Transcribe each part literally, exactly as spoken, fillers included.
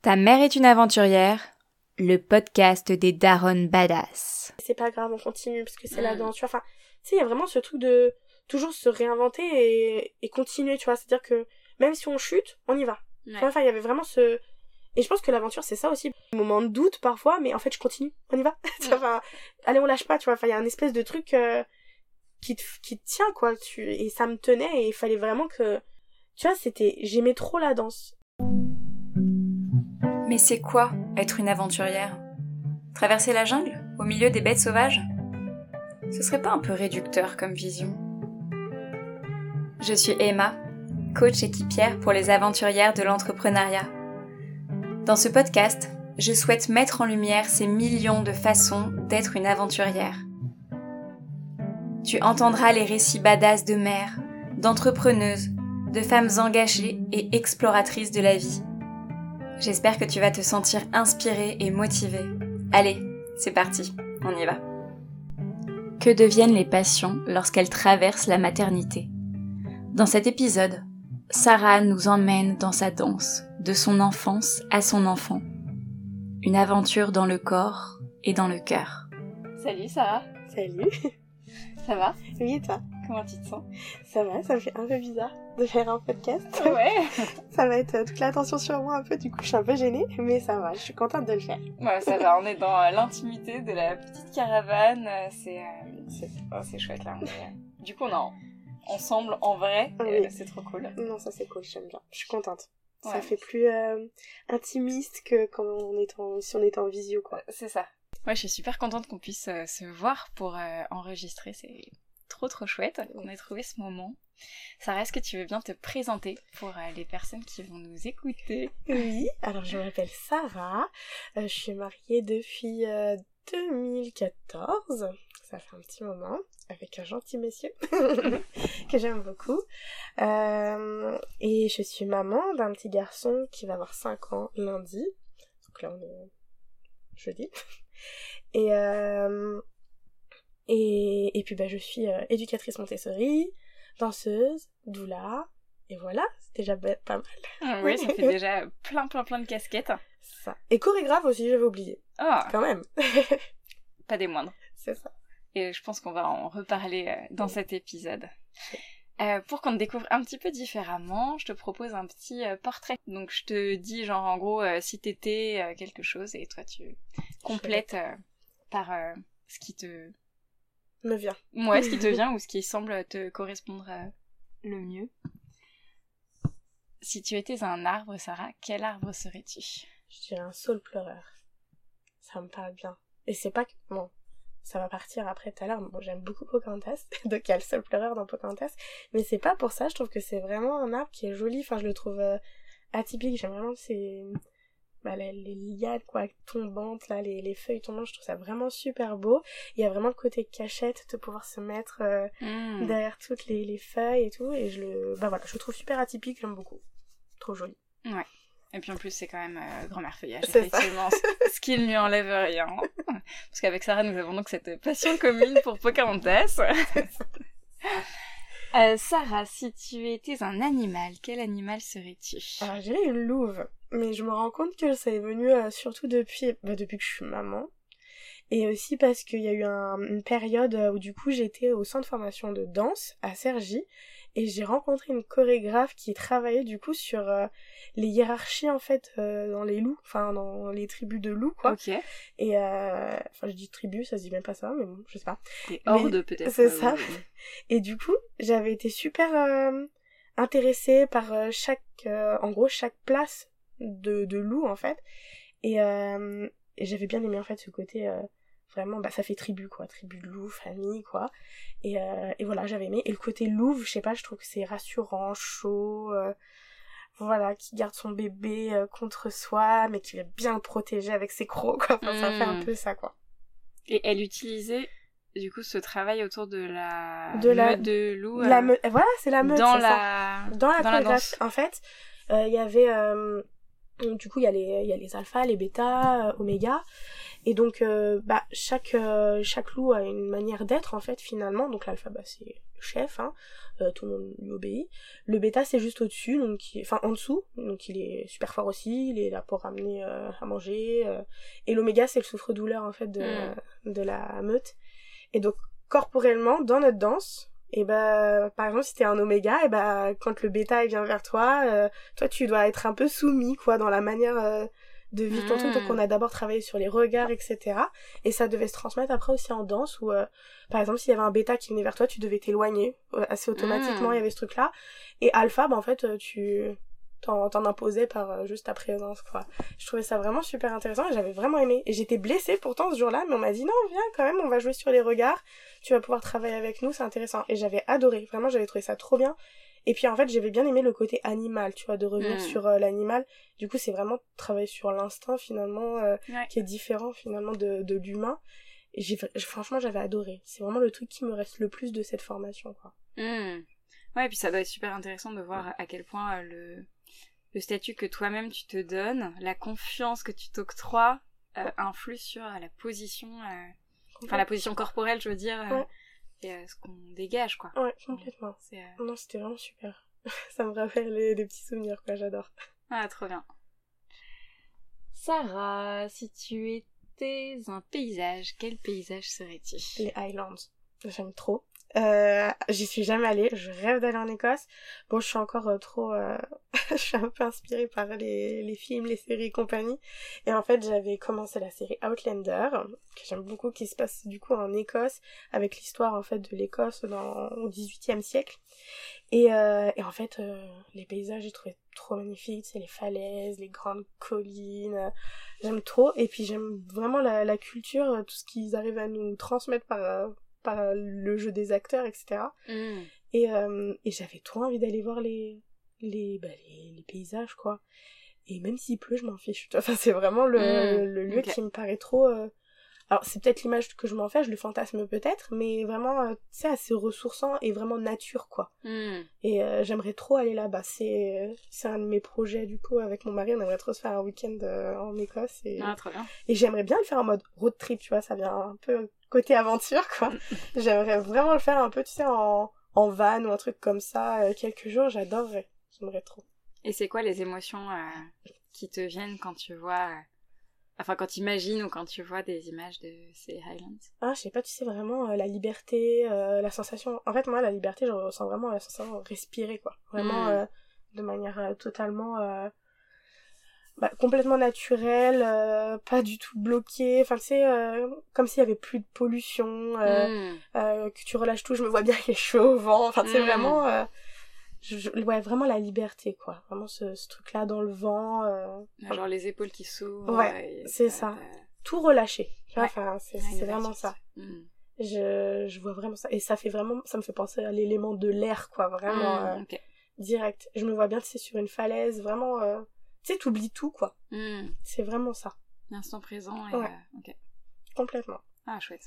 Ta mère est une aventurière, le podcast des darons badass. C'est pas grave, on continue parce que c'est mmh. la danse, tu vois. Enfin, tu sais, il y a vraiment ce truc de toujours se réinventer et, et continuer, tu vois. C'est-à-dire que même si on chute, on y va. Ouais. Tu vois, enfin, il y avait vraiment ce... Et je pense que l'aventure, c'est ça aussi. Un moment de doute parfois, mais en fait, je continue, on y va. Ouais. Enfin, allez, on lâche pas, tu vois. Enfin, il y a un espèce de truc euh, qui, te, qui te tient, quoi. Tu... Et ça me tenait et il fallait vraiment que... Tu vois, c'était... J'aimais trop la danse. Mais c'est quoi, être une aventurière ? Traverser la jungle, au milieu des bêtes sauvages ? Ce serait pas un peu réducteur comme vision ? Je suis Emma, coach équipière pour les aventurières de l'entrepreneuriat. Dans ce podcast, je souhaite mettre en lumière ces millions de façons d'être une aventurière. Tu entendras les récits badass de mères, d'entrepreneuses, de femmes engagées et exploratrices de la vie. J'espère que tu vas te sentir inspirée et motivée. Allez, c'est parti, on y va. Que deviennent les passions lorsqu'elles traversent la maternité ? Dans cet épisode, Sarah nous emmène dans sa danse, de son enfance à son enfant. Une aventure dans le corps et dans le cœur. Salut Sarah. Salut. Ça va ? Oui, et toi ? Comment tu te sens ? Ça va, ça me fait un peu bizarre de faire un podcast. Ouais. Ça va être toute l'attention sur moi un peu, du coup je suis un peu gênée, mais ça va, je suis contente de le faire. Ouais, ça va, on est dans euh, l'intimité de la petite caravane, c'est, euh, c'est, oh, c'est chouette là. On est, euh, du coup on est en, ensemble en vrai, oui. Et c'est trop cool. Non, ça c'est cool, j'aime bien, je suis contente. Ouais. Ça fait plus euh, intimiste que quand on est en, si on était en visio, quoi. C'est ça. Ouais, je suis super contente qu'on puisse euh, se voir pour euh, enregistrer, c'est trop trop chouette qu'on ait trouvé ce moment. Sarah, est-ce que tu veux bien te présenter pour euh, les personnes qui vont nous écouter ? Oui, alors je m'appelle Sarah, euh, je suis mariée depuis euh, deux mille quatorze, ça fait un petit moment, avec un gentil monsieur que j'aime beaucoup, euh, et je suis maman d'un petit garçon qui va avoir cinq ans lundi, donc là on est jeudi, et euh, et, et puis bah je suis euh, éducatrice Montessori, danseuse, doula, et voilà, c'est déjà pas mal. Ah oui, ça fait déjà plein plein plein de casquettes. Ça. Et chorégraphe aussi, j'avais oublié. Ah. Quand même. Pas des moindres. C'est ça. Et je pense qu'on va en reparler euh, dans cet épisode. Euh, pour qu'on te découvre un petit peu différemment, je te propose un petit euh, portrait. Donc je te dis genre en gros euh, si t'étais euh, quelque chose et toi tu complètes euh, par euh, ce qui te... me vient. Ouais, ce qui te vient ou ce qui semble te correspondre euh, le mieux. Si tu étais un arbre, Sarah, quel arbre serais-tu ? Je dirais un saule pleureur. Ça me parle bien. Et c'est pas que... Bon, ça va partir après tout à l'heure. Bon, j'aime beaucoup Pocahontas, donc il y a le saule pleureur dans Pocahontas. Mais c'est pas pour ça, je trouve que c'est vraiment un arbre qui est joli. Enfin, je le trouve euh, atypique. J'aime vraiment ces... Bah, les, les lianes, quoi, tombantes, là, les, les feuilles tombantes, je trouve ça vraiment super beau. Il y a vraiment le côté cachette de pouvoir se mettre euh, mmh. derrière toutes les, les feuilles et tout. Et je le... Bah voilà, je le trouve super atypique, j'aime beaucoup. Trop joli. Ouais. Et puis en plus, c'est quand même euh, grand-mère feuillage, c'est effectivement, ce qui ne lui enlève rien. Parce qu'avec Sarah, nous avons donc cette passion commune pour Pocahontas. euh, Sarah, si tu étais un animal, quel animal serais-tu ? Alors, je dirais une louve. Mais je me rends compte que ça est venu euh, surtout depuis, bah, depuis que je suis maman. Et aussi parce qu'il y a eu un, une période où du coup j'étais au centre de formation de danse à Cergy. Et j'ai rencontré une chorégraphe qui travaillait du coup sur euh, les hiérarchies en fait euh, dans les loups, enfin dans les tribus de loups quoi. Ok. Et euh, enfin je dis tribu, ça se dit même pas ça, mais bon, je sais pas. Et hordes peut-être. C'est euh, ça. Oui, oui. Et du coup, j'avais été super euh, intéressée par euh, chaque, euh, en gros chaque place de de loup en fait. Et, euh, et j'avais bien aimé en fait ce côté. Euh, Vraiment, bah ça fait tribu quoi, tribu de loup, famille quoi. Et, euh, et voilà, j'avais aimé. Et le côté louve, je sais pas, je trouve que c'est rassurant, chaud, euh, voilà, qui garde son bébé euh, contre soi, mais qui va bien le protéger avec ses crocs quoi. Enfin, mmh. Ça fait un peu ça quoi. Et elle utilisait du coup ce travail autour de la de la meute de loup. La me... Voilà, c'est la meute. Dans c'est la ça. Dans la, dans la danse. En fait, il euh, y avait. Euh... Donc, du coup, il y a les, il y a les alphas, les bêtas, euh, oméga. Et donc, euh, bah, chaque, euh, chaque loup a une manière d'être, en fait, finalement. Donc, l'alpha, bah, c'est le chef, hein. Euh, tout le monde lui obéit. Le bêta, c'est juste au-dessus, donc, il... enfin, en dessous. Donc, il est super fort aussi. Il est là pour ramener euh, à manger. Euh... Et l'oméga, c'est le souffre-douleur, en fait, de, mm. de la meute. Et donc, corporellement, dans notre danse, et bah, par exemple, si t'es un oméga, et bah, quand le bêta il vient vers toi, euh, toi tu dois être un peu soumis, quoi, dans la manière euh, de vivre ton mmh. truc. Donc on a d'abord travaillé sur les regards, et cetera. Et ça devait se transmettre après aussi en danse, où, euh, par exemple, s'il y avait un bêta qui venait vers toi, tu devais t'éloigner euh, assez automatiquement, mmh. il y avait ce truc-là. Et alpha, bah en fait, tu... T'en, t'en imposais par euh, juste ta présence, quoi. Je trouvais ça vraiment super intéressant et j'avais vraiment aimé. Et j'étais blessée pourtant ce jour-là, mais on m'a dit non, viens quand même, on va jouer sur les regards, tu vas pouvoir travailler avec nous, c'est intéressant. Et j'avais adoré, vraiment j'avais trouvé ça trop bien. Et puis en fait j'avais bien aimé le côté animal, tu vois, de revenir mmh. sur euh, l'animal. Du coup c'est vraiment travailler sur l'instinct finalement, euh, ouais. qui est différent finalement de, de l'humain. Et j'ai, franchement j'avais adoré. C'est vraiment le truc qui me reste le plus de cette formation, quoi. Mmh. Ouais, et puis ça doit être super intéressant de voir à quel point euh, le... le statut que toi-même tu te donnes, la confiance que tu t'octroies, euh, influe sur euh, la position, euh, enfin la position corporelle, je veux dire, euh, ouais. et euh, ce qu'on dégage, quoi. Ouais, complètement. C'est, euh... Non, c'était vraiment super. Ça me rappelle les, les petits souvenirs, quoi, j'adore. Ah, trop bien. Sarah, si tu étais un paysage, quel paysage serais-tu ? Les Highlands. J'aime trop. Euh, j'y suis jamais allée, je rêve d'aller en Écosse. Bon, je suis encore euh, trop... Euh... je suis un peu inspirée par les, les films, les séries et compagnie. Et en fait, j'avais commencé la série Outlander, que j'aime beaucoup, qui se passe du coup en Écosse, avec l'histoire en fait de l'Écosse dans, au dix-huitième siècle. Et, euh, et en fait, euh, les paysages, j'ai trouvé trop magnifiques. C'est les falaises, les grandes collines. Euh, j'aime trop. Et puis j'aime vraiment la, la culture, tout ce qu'ils arrivent à nous transmettre par... Euh, par le jeu des acteurs, et cetera. Mm. Et, euh, et j'avais trop envie d'aller voir les, les, bah, les, les paysages, quoi. Et même s'il pleut, je m'en fiche. Enfin, c'est vraiment le, mm. le lieu okay. qui me paraît trop... Euh... Alors, c'est peut-être l'image que je m'en fais, je le fantasme peut-être, mais vraiment, euh, tu sais, assez ressourçant et vraiment nature, quoi. Mm. Et euh, j'aimerais trop aller là-bas. C'est, c'est un de mes projets, du coup, avec mon mari. On aimerait trop se faire un week-end euh, en Écosse. Et... Ah, trop bien. Et j'aimerais bien le faire en mode road trip, tu vois, ça vient un peu... côté aventure, quoi. J'aimerais vraiment le faire un peu, tu sais, en, en van ou un truc comme ça, euh, quelques jours, j'adorerais. J'aimerais trop. Et c'est quoi les émotions euh, qui te viennent quand tu vois... Euh... Enfin, quand tu imagines ou quand tu vois des images de ces Highlands ? Ah, je sais pas, tu sais, vraiment, euh, la liberté, euh, la sensation... En fait, moi, la liberté, je ressens vraiment la sensation de respirer, quoi. Vraiment, mm. euh, de manière euh, totalement... Euh... Bah, complètement naturel, euh, pas du tout bloqué, enfin tu sais, euh, comme s'il y avait plus de pollution, euh, mm. euh, que tu relâches tout, je me vois bien les cheveux au vent, enfin c'est mm. vraiment, euh, je, je, ouais, vraiment la liberté, quoi, vraiment ce, ce truc-là dans le vent. Euh, genre enfin, les épaules qui s'ouvrent. Ouais, c'est ça, ça. Tout relâché, tu vois, enfin c'est, ouais, c'est vraiment ça. Mm. Je, je vois vraiment ça, et ça fait vraiment, ça me fait penser à l'élément de l'air, quoi, vraiment, mm, euh, okay. direct. Je me vois bien, tu sais, sur une falaise, vraiment... Euh, tu sais, t'oublies tout, quoi. Mm. C'est vraiment ça. L'instant présent et... Ouais. Euh, ok. Complètement. Ah, chouette.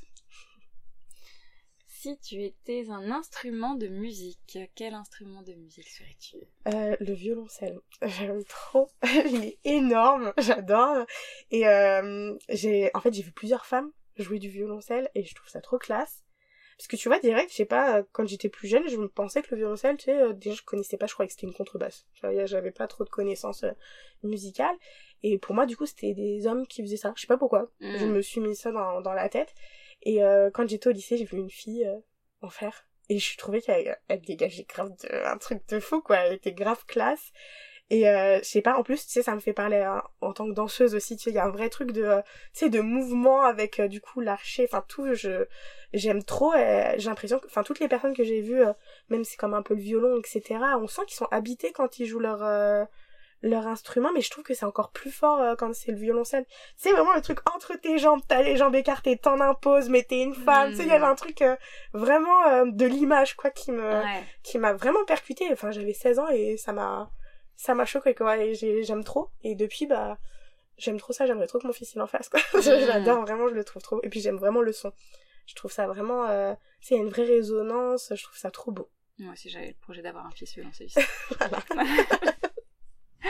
Si tu étais un instrument de musique, quel instrument de musique serais-tu ? euh, Le violoncelle. J'aime trop. Il est énorme. J'adore. Et euh, j'ai... En fait, j'ai vu plusieurs femmes jouer du violoncelle et je trouve ça trop classe. Parce que tu vois, direct, je sais pas, quand j'étais plus jeune, je me pensais que le violoncelle, tu sais, euh, déjà je connaissais pas, je croyais que c'était une contrebasse. J'avais pas trop de connaissances euh, musicales. Et pour moi, du coup, c'était des hommes qui faisaient ça. Je sais pas pourquoi. Mmh. Je me suis mis ça dans, dans la tête. Et euh, quand j'étais au lycée, j'ai vu une fille euh, en faire. Et je trouvais qu'elle elle dégageait grave de, un truc de fou, quoi. Elle était grave classe. Et euh, je sais pas, en plus, tu sais, ça me fait parler hein, en tant que danseuse aussi, tu sais, il y a un vrai truc de, euh, tu sais, de mouvement avec, euh, du coup, l'archer, enfin, tout, je, j'aime trop, et j'ai l'impression que, enfin, toutes les personnes que j'ai vues, euh, même c'est comme un peu le violon, et cetera, on sent qu'ils sont habités quand ils jouent leur, euh, leur instrument, mais je trouve que c'est encore plus fort euh, quand c'est le violoncelle. C'est vraiment le truc entre tes jambes, t'as les jambes écartées, t'en imposes, mais t'es une femme, mmh. tu sais, il y avait un truc euh, vraiment euh, de l'image, quoi, qui me, ouais. qui m'a vraiment percuté. Enfin, j'avais seize ans et ça m'a, ça m'a choqué, quoi, et j'ai, j'aime trop. Et depuis, bah, j'aime trop ça, j'aimerais trop que mon fils il en fasse, quoi. Mmh. J'adore, vraiment, je le trouve trop. Et puis j'aime vraiment le son. Je trouve ça vraiment, euh, tu sais, il y a une vraie résonance, je trouve ça trop beau. Moi aussi, j'avais le projet d'avoir un fils violoncelliste. Voilà.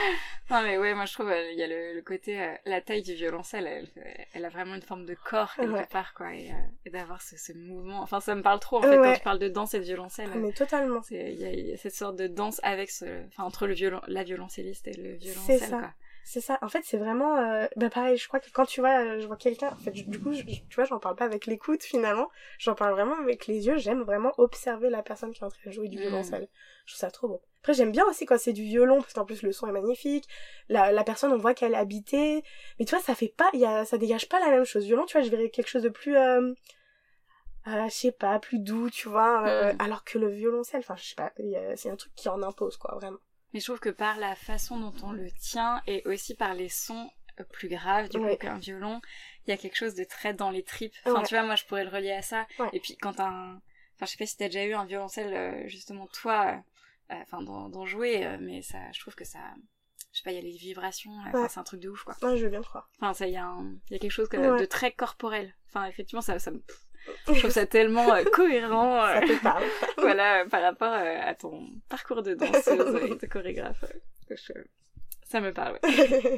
Non mais ouais, moi je trouve il y a le, le côté euh, la taille du violoncelle, elle, elle, elle a vraiment une forme de corps quelque ouais. part quoi, et, euh, et d'avoir ce, ce mouvement, enfin ça me parle trop en fait ouais. quand tu parles de danse et de violoncelle. Mais totalement. Il y, y a cette sorte de danse avec ce, enfin entre le violon, la violoncelliste et le violoncelle. C'est ça. Quoi. C'est ça. En fait, c'est vraiment, euh, bah pareil. Je crois que quand tu vois, je vois quelqu'un, en fait, du coup, je, tu vois, j'en parle pas avec l'écoute finalement. J'en parle vraiment avec les yeux. J'aime vraiment observer la personne qui est en train de jouer du violoncelle. Mmh. Je trouve ça trop beau. Après, j'aime bien aussi quand c'est du violon, parce qu'en plus, le son est magnifique. La, la personne, on voit qu'elle est habitée. Mais tu vois, ça fait pas, y a, ça dégage pas la même chose. Violon, tu vois, je verrais quelque chose de plus, euh, euh, je sais pas, plus doux, tu vois. Euh, mmh. Alors que le violoncelle, enfin, je sais pas, y a, c'est un truc qui en impose, quoi, vraiment. Mais je trouve que par la façon dont on le tient, et aussi par les sons plus graves, du ouais. coup, qu'un violon, il y a quelque chose de très dans les tripes. Enfin, ouais. tu vois, moi, je pourrais le relier à ça. Ouais. Et puis, quand un... Enfin, je sais pas si t'as déjà eu un violoncelle, justement, toi... enfin euh, d'en, d'en jouer euh, mais ça je trouve que ça je sais pas il y a les vibrations enfin ouais. c'est un truc de ouf quoi. Ouais, je veux bien le croire. Enfin ça il y a un il y a quelque chose que, ouais. de très corporel. Enfin effectivement ça ça me je trouve ça tellement euh, cohérent euh, ça te parle. Voilà par rapport euh, à ton parcours de danseuse et de chorégraphe euh, que je... ça me parle ouais.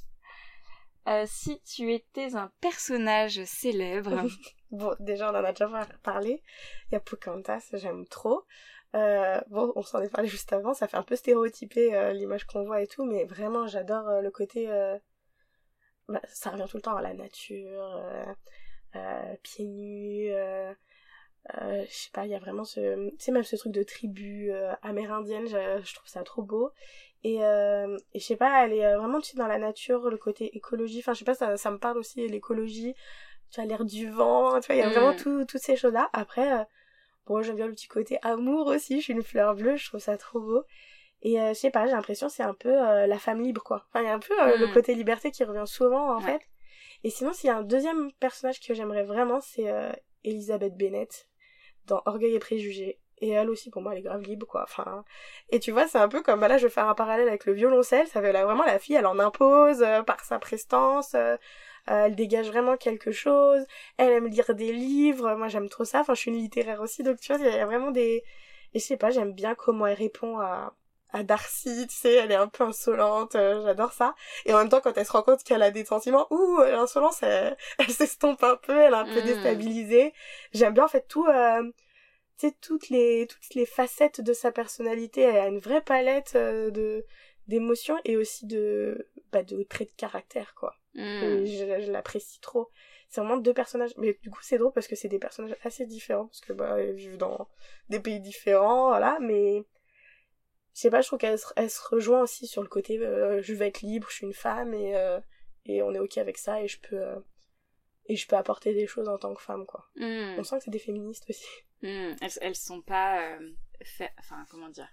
euh, si tu étais un personnage célèbre. Bon déjà on en a déjà parlé, il y a Pocahontas, j'aime trop. Euh, bon, on s'en est parlé juste avant, ça fait un peu stéréotypé euh, l'image qu'on voit et tout, mais vraiment j'adore euh, le côté... Euh... Bah, ça revient tout le temps à la nature, euh, euh, pieds nus, euh, euh, je sais pas, il y a vraiment ce... Tu sais, même ce truc de tribu euh, amérindienne, je, je trouve ça trop beau. Et, euh, et je sais pas, elle est vraiment tu sais, dans la nature, le côté écologie, enfin je sais pas, ça, ça me parle aussi, l'écologie, tu as l'air du vent, tu vois, il y a mmh. vraiment tout, toutes ces choses-là. Après... Euh, Bon, j'aime bien le petit côté amour aussi, je suis une fleur bleue, je trouve ça trop beau. Et euh, je sais pas, j'ai l'impression que c'est un peu euh, la femme libre, quoi. Enfin, il y a un peu euh, mmh. le côté liberté qui revient souvent, en ouais. fait. Et sinon, s'il y a un deuxième personnage que j'aimerais vraiment, c'est euh, Elizabeth Bennet, dans Orgueil et Préjugés. Et elle aussi, pour moi, elle est grave libre, quoi. Enfin, et tu vois, c'est un peu comme, bah là, je vais faire un parallèle avec le violoncelle, ça fait là, vraiment la fille, elle en impose euh, par sa prestance... Euh, Euh, elle dégage vraiment quelque chose, elle aime lire des livres, moi j'aime trop ça, enfin je suis une littéraire aussi, donc tu vois, il y a vraiment des... Et je sais pas, j'aime bien comment elle répond à, à Darcy, tu sais, elle est un peu insolente, euh, j'adore ça, et en même temps quand elle se rend compte qu'elle a des sentiments, ouh, l'insolence, elle, elle s'estompe un peu, elle est un peu mmh. déstabilisée, j'aime bien en fait tout... Euh, tu sais, toutes les, toutes les facettes de sa personnalité, elle a une vraie palette euh, de d'émotions et aussi de, bah, de traits de caractère, quoi. Mmh. Je, je l'apprécie trop. C'est vraiment deux personnages, mais du coup c'est drôle parce que c'est des personnages assez différents, parce que bah ils vivent dans des pays différents, voilà, mais je sais pas, je trouve qu'elle se, elle se rejoint aussi sur le côté euh, je veux être libre, je suis une femme et, euh, et on est ok avec ça et je peux euh, et je peux apporter des choses en tant que femme, quoi. Mmh. On sent que c'est des féministes aussi. Mmh. Elles, elles sont pas euh, fait... enfin comment dire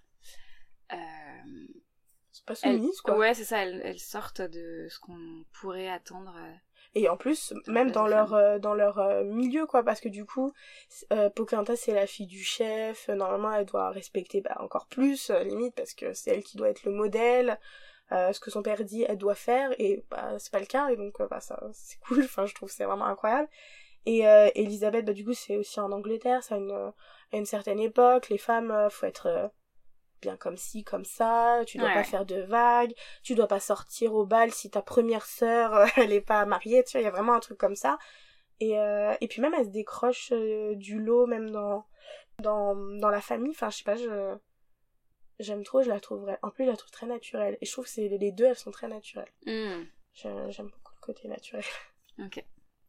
euh... c'est pas soumise, quoi. Ouais, c'est ça, elles, elles sortent de ce qu'on pourrait attendre. Euh, et en plus, même dans leur, euh, dans leur euh, milieu, quoi, parce que du coup, euh, Pocahontas, c'est la fille du chef, normalement, elle doit respecter bah, encore plus, euh, limite, parce que c'est elle qui doit être le modèle, euh, ce que son père dit, elle doit faire, et bah, c'est pas le cas, et donc, euh, bah, ça, c'est cool, enfin, je trouve que c'est vraiment incroyable. Et euh, Elisabeth, bah, du coup, c'est aussi en Angleterre, c'est à une, à une certaine époque, les femmes, euh, faut être... Euh, bien comme ci, comme ça, tu dois ouais. pas faire de vagues, tu dois pas sortir au bal si ta première sœur, euh, elle est pas mariée, tu vois, il y a vraiment un truc comme ça. Et, euh, et puis même, elle se décroche euh, du lot, même dans, dans, dans la famille, enfin, je sais pas, je, j'aime trop, je la trouve, vrai... en plus, je la trouve très naturelle. Et je trouve que c'est, les deux, elles sont très naturelles. Mm. Je, j'aime beaucoup le côté naturel. Ok.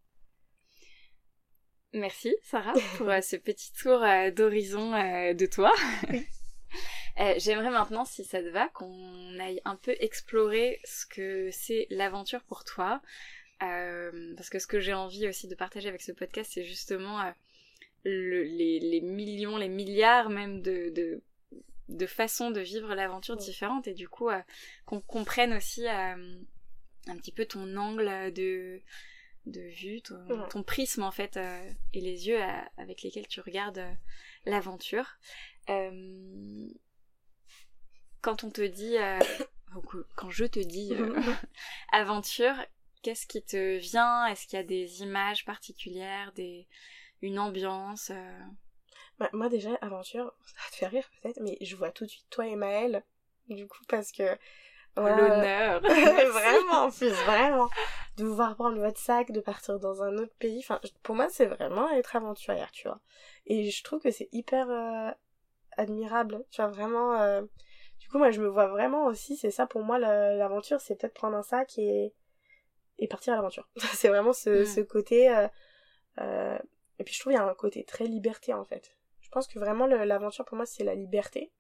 Merci, Sarah, pour euh, ce petit tour euh, d'horizon euh, de toi. Euh, j'aimerais maintenant, si ça te va, qu'on aille un peu explorer ce que c'est l'aventure pour toi. Euh, parce que ce que j'ai envie aussi de partager avec ce podcast, c'est justement euh, le, les, les millions, les milliards même de, de, de façons de vivre l'aventure ouais. différentes. Et du coup, euh, qu'on comprenne aussi euh, un petit peu ton angle de, de vue, ton, ouais. ton prisme en fait, euh, et les yeux euh, avec lesquels tu regardes euh, l'aventure. Euh, Quand on te dit, euh, quand je te dis euh, aventure, qu'est-ce qui te vient ? Est-ce qu'il y a des images particulières, des, une ambiance euh... bah, Moi déjà, aventure, ça va te faire rire peut-être, mais je vois tout de suite toi et Maëlle, du coup, parce que Ouais. L'honneur. Vraiment, en plus, vraiment. De vous voir prendre votre sac, de partir dans un autre pays. Enfin, pour moi, c'est vraiment être aventurière, tu vois. Et je trouve que c'est hyper euh, admirable. Tu vois, vraiment... Euh... Du coup, moi, je me vois vraiment aussi, c'est ça pour moi, la, l'aventure, c'est peut-être prendre un sac et, et partir à l'aventure. C'est vraiment ce, mm. ce côté... Euh, euh... Et puis, je trouve qu'il y a un côté très liberté, en fait. Je pense que vraiment, le, l'aventure, pour moi, c'est la liberté.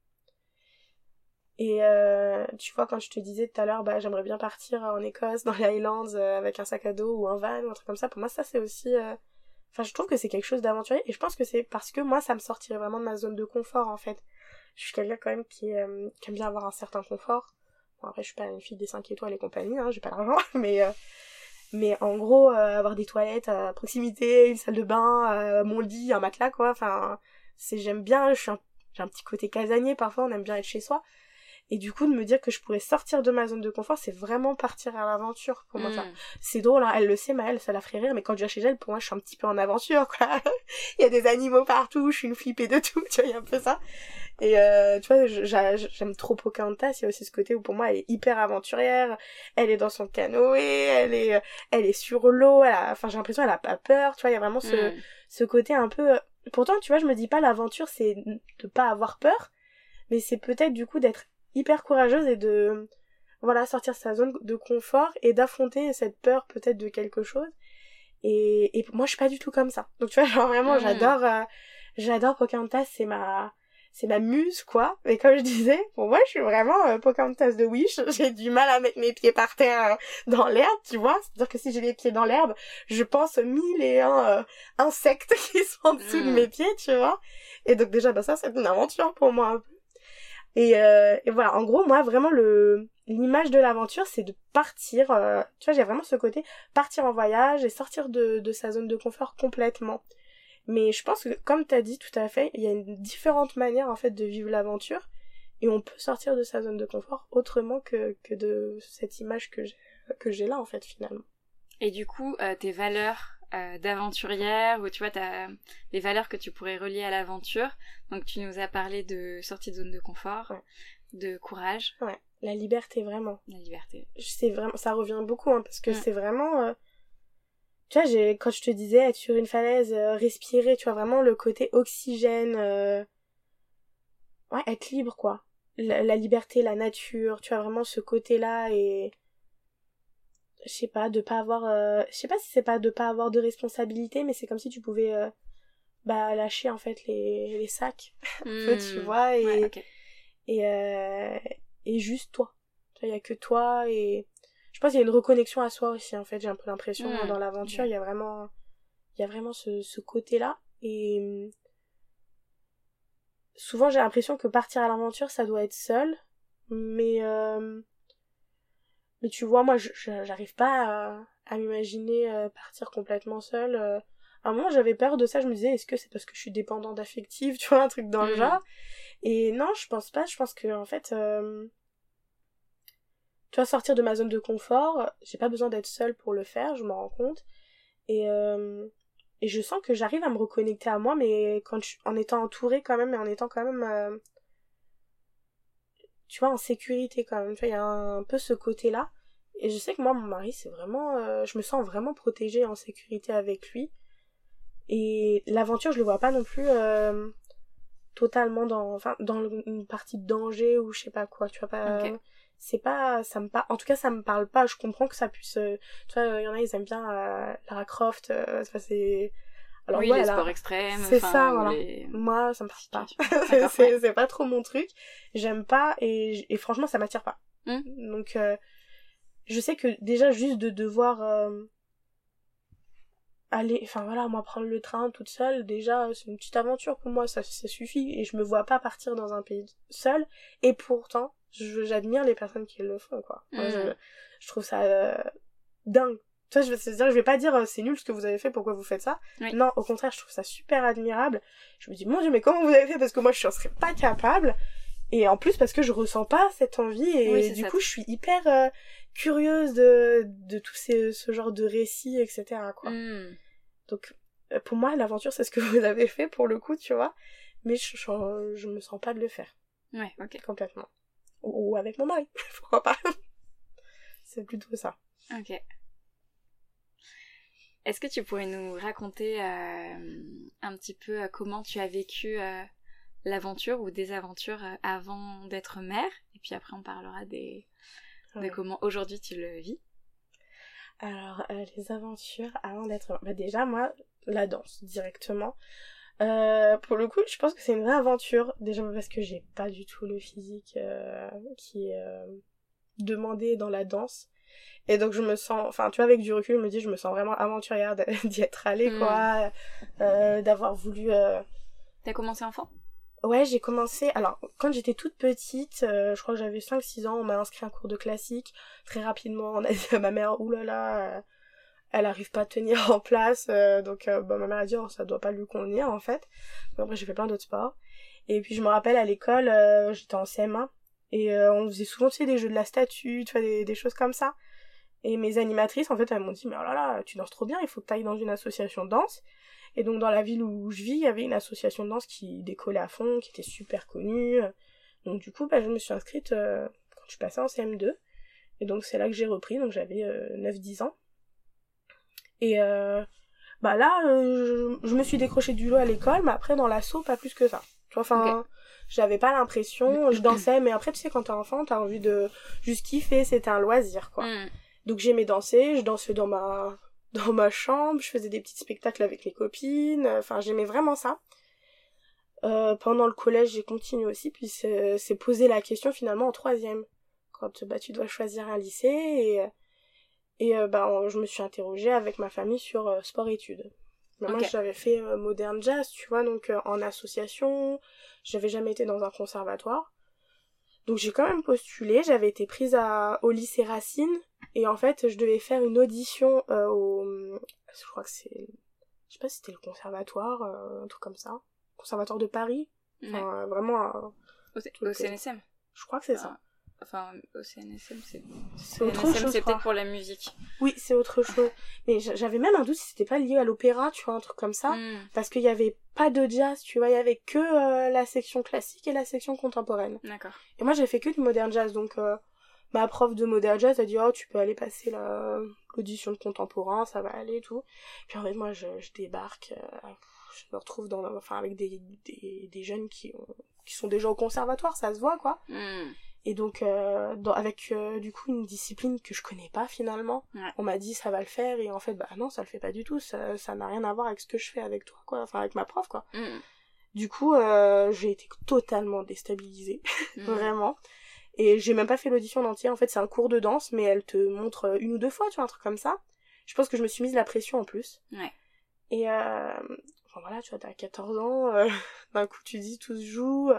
Et euh, tu vois, quand je te disais tout à l'heure, bah, j'aimerais bien partir en Écosse, dans les Highlands, euh, avec un sac à dos ou un van ou un truc comme ça, pour moi, ça, c'est aussi... Euh... Enfin, je trouve que c'est quelque chose d'aventurier, et je pense que c'est parce que moi, ça me sortirait vraiment de ma zone de confort, en fait. Je suis quelqu'un, quand même, qui, euh, qui aime bien avoir un certain confort. Bon, après, je suis pas une fille des cinq étoiles et compagnie, hein, j'ai pas l'argent, mais... Euh... Mais en gros, euh, avoir des toilettes à proximité, une salle de bain, euh, mon lit, un matelas, quoi, enfin... c'est j'aime bien, je suis un... j'ai un petit côté casanier, parfois, on aime bien être chez soi. Et du coup, de me dire que je pourrais sortir de ma zone de confort, c'est vraiment partir à l'aventure pour moi. Mmh. Enfin, c'est drôle, hein, elle le sait, Maëlle, ça la ferait rire, mais quand je viens chez elle, pour moi, je suis un petit peu en aventure, quoi. Il y a des animaux partout, je suis une flippée de tout, tu vois, il y a un peu ça. Et euh, tu vois, j'aime trop Pocahontas, il y a aussi ce côté où pour moi, elle est hyper aventurière, elle est dans son canoë, elle est, elle est sur l'eau, elle a, enfin, j'ai l'impression qu'elle a pas peur, tu vois, il y a vraiment ce, mmh. ce côté un peu... Pourtant, tu vois, je me dis pas l'aventure, c'est de pas avoir peur, mais c'est peut-être du coup d'être hyper courageuse et de voilà sortir de sa zone de confort et d'affronter cette peur peut-être de quelque chose et, et moi je suis pas du tout comme ça, donc tu vois, genre vraiment mmh. j'adore euh, j'adore Pocahontas, c'est ma c'est ma muse, quoi. Mais comme je disais, pour moi je suis vraiment euh, Pocahontas de Wish, j'ai du mal à mettre mes pieds par terre euh, dans l'herbe, tu vois, c'est-à-dire que si j'ai les pieds dans l'herbe, je pense mille et un euh, insectes qui sont en dessous mmh. de mes pieds, tu vois, et donc déjà bah ça c'est une aventure pour moi un peu. Et, euh, et voilà, en gros, moi, vraiment, le l'image de l'aventure, c'est de partir, euh, tu vois, j'ai vraiment ce côté, partir en voyage et sortir de, de sa zone de confort complètement. Mais je pense que, comme t'as dit tout à fait, il y a une différente manière, en fait, de vivre l'aventure, et on peut sortir de sa zone de confort autrement que, que de cette image que j'ai, que j'ai là, en fait, finalement. Et du coup, euh, tes valeurs euh, d'aventurière, ou tu vois, t'as les valeurs que tu pourrais relier à l'aventure. Donc tu nous as parlé de sortie de zone de confort, ouais. de courage. Ouais, la liberté, vraiment. La liberté. C'est vraiment, ça revient beaucoup, hein, parce que mmh. c'est vraiment... Euh... Tu vois, j'ai, quand je te disais être sur une falaise, euh, respirer, tu vois, vraiment le côté oxygène... Euh... Ouais, être libre, quoi. La, la liberté, la nature, tu vois, vraiment ce côté-là et... je sais pas, de pas avoir euh... je sais pas si c'est pas de pas avoir de responsabilité, mais c'est comme si tu pouvais euh... bah lâcher en fait les les sacs mmh. un peu, tu vois, et ouais, okay. et euh... et juste toi, tu vois, il y a que toi, et je pense qu'il y a une reconnexion à soi aussi, en fait, j'ai un peu l'impression mmh. dans l'aventure, il ouais. y a vraiment il y a vraiment ce ce côté-là, et souvent j'ai l'impression que partir à l'aventure ça doit être seul, mais euh... mais tu vois, moi, je, je, j'arrive pas à, à m'imaginer euh, partir complètement seule. Euh. À un moment, j'avais peur de ça. Je me disais, est-ce que c'est parce que je suis dépendante affective, tu vois, un truc dans mmh. le genre. Et non, je pense pas. Je pense que, en fait, euh, tu vois, sortir de ma zone de confort, j'ai pas besoin d'être seule pour le faire, je m'en rends compte. Et, euh, et je sens que j'arrive à me reconnecter à moi, mais quand je, en étant entourée quand même, et en étant quand même... Euh, tu vois, en sécurité quand même, tu vois, il y a un, un peu ce côté-là, et je sais que moi, mon mari, c'est vraiment, euh, je me sens vraiment protégée, en sécurité avec lui, et l'aventure, je le vois pas non plus euh, totalement dans, enfin, dans une partie de danger, ou je sais pas quoi, tu vois, pas, okay. c'est pas, ça me parle, en tout cas, ça me parle pas, je comprends que ça puisse, euh, tu vois, il y en a, ils aiment bien euh, Lara Croft, euh, c'est... Alors, oui, ouais, les sports extrêmes. C'est ça, voilà. Les... Moi, ça me parle pas. c'est, c'est, c'est pas trop mon truc. J'aime pas, et, et franchement, ça m'attire pas. Mm. Donc, euh, je sais que déjà, juste de devoir euh, aller, enfin voilà, moi, prendre le train toute seule, déjà, c'est une petite aventure pour moi, ça, ça suffit. Et je me vois pas partir dans un pays seule. Et pourtant, je, j'admire les personnes qui le font, quoi. Mm. Moi, je, je trouve ça euh, dingue. Tu vois, je veux dire, je vais pas dire euh, c'est nul ce que vous avez fait, pourquoi vous faites ça. Oui. Non, au contraire, je trouve ça super admirable. Je me dis, mon Dieu, mais comment vous avez fait? Parce que moi, je ne serais pas capable. Et en plus, parce que je ressens pas cette envie. Et oui, du ça. coup, je suis hyper euh, curieuse de, de tout ces, ce genre de récits, et cetera, quoi. Mm. Donc, pour moi, l'aventure, c'est ce que vous avez fait, pour le coup, tu vois. Mais je, je, je me sens pas de le faire. Ouais, ok. Complètement. ou avec mon mari, pourquoi pas. C'est plutôt ça. Ok. Est-ce que tu pourrais nous raconter euh, un petit peu euh, comment tu as vécu euh, l'aventure ou des aventures euh, avant d'être mère, et puis après on parlera des... ouais. de comment aujourd'hui tu le vis. Alors, euh, les aventures avant d'être... Bah déjà, moi, la danse, directement. Euh, pour le coup, je pense que c'est une vraie aventure. Déjà parce que j'ai pas du tout le physique euh, qui est euh, demandé dans la danse. Et donc je me sens... Enfin, tu vois, avec du recul, je me dis, je me sens vraiment aventurière d'y être allée, quoi. Mm. Euh, d'avoir voulu... Euh... T'as commencé enfant ? Ouais, j'ai commencé... Alors, quand j'étais toute petite, euh, je crois que j'avais cinq six ans, on m'a inscrit à un cours de classique. Très rapidement, on a dit à ma mère, oulala, euh, elle arrive pas à tenir en place. Euh, donc, euh, bah, ma mère a dit, oh, ça doit pas lui convenir, en fait. Donc, après, j'ai fait plein d'autres sports. Et puis, je me rappelle, à l'école, euh, j'étais en C M un. Et euh, on faisait souvent, tu sais, des jeux de la statue, tu vois, des, des choses comme ça. Et mes animatrices, en fait, elles m'ont dit, mais oh là là, tu danses trop bien, il faut que tu ailles dans une association de danse. Et donc, dans la ville où je vis, il y avait une association de danse qui décollait à fond, qui était super connue. Donc, du coup, bah, je me suis inscrite euh, quand je suis passée en C M deux. Et donc, c'est là que j'ai repris. Donc, j'avais euh, neuf dix ans. Et euh, bah là, euh, je, je me suis décrochée du lot à l'école, mais après, dans l'asso, pas plus que ça. Tu vois, enfin, okay. J'avais pas l'impression, je dansais, mais après, tu sais, quand t'es enfant, t'as envie de juste kiffer, c'était un loisir, quoi. Mm. Donc, j'aimais danser, je dansais dans ma... dans ma chambre, je faisais des petits spectacles avec mes copines, enfin j'aimais vraiment ça. Euh, pendant le collège, j'ai continué aussi, puis c'est, c'est posé la question finalement en troisième, quand bah, tu dois choisir un lycée, et, et euh, bah, je me suis interrogée avec ma famille sur euh, sport-études. Mais okay. Moi j'avais fait euh, moderne jazz, tu vois, donc euh, en association, j'avais jamais été dans un conservatoire. Donc j'ai quand même postulé, j'avais été prise à, au lycée Racine, et en fait je devais faire une audition euh, au... Je crois que c'est... Je sais pas si c'était le conservatoire, euh, un truc comme ça. Conservatoire de Paris. Enfin, ouais. euh, vraiment... Euh, au, C- au C N S M. Je crois que c'est ah. ça. Enfin, au C N S M, c'est... C'est autre chose, c'est peut-être pour la musique. Oui, c'est autre chose. Mais j'avais même un doute si c'était pas lié à l'opéra, tu vois, un truc comme ça. Mm. Parce qu'il y avait pas de jazz, tu vois, il y avait que euh, la section classique et la section contemporaine. D'accord. Et moi, j'ai fait que du modern jazz, donc euh, ma prof de modern jazz a dit « Oh, tu peux aller passer la... l'audition de contemporain, ça va aller et tout. » Puis en fait, moi, je, je débarque, euh, je me retrouve dans, enfin, avec des, des, des jeunes qui, ont, qui sont déjà au conservatoire, ça se voit, quoi. Mm. Et donc, euh, dans, avec euh, du coup une discipline que je connais pas finalement, ouais. On m'a dit ça va le faire, et en fait, bah non, ça le fait pas du tout, ça, ça n'a rien à voir avec ce que je fais avec toi, quoi, enfin avec ma prof, quoi. Mm. Du coup, euh, j'ai été totalement déstabilisée, mm. Vraiment. Et j'ai même pas fait l'audition en entier, en fait, c'est un cours de danse, mais elle te montre une ou deux fois, tu vois, un truc comme ça. Je pense que je me suis mise la pression en plus. Ouais. Et, euh, enfin voilà, tu vois, t'as quatorze ans, euh, d'un coup tu dis tout se joue.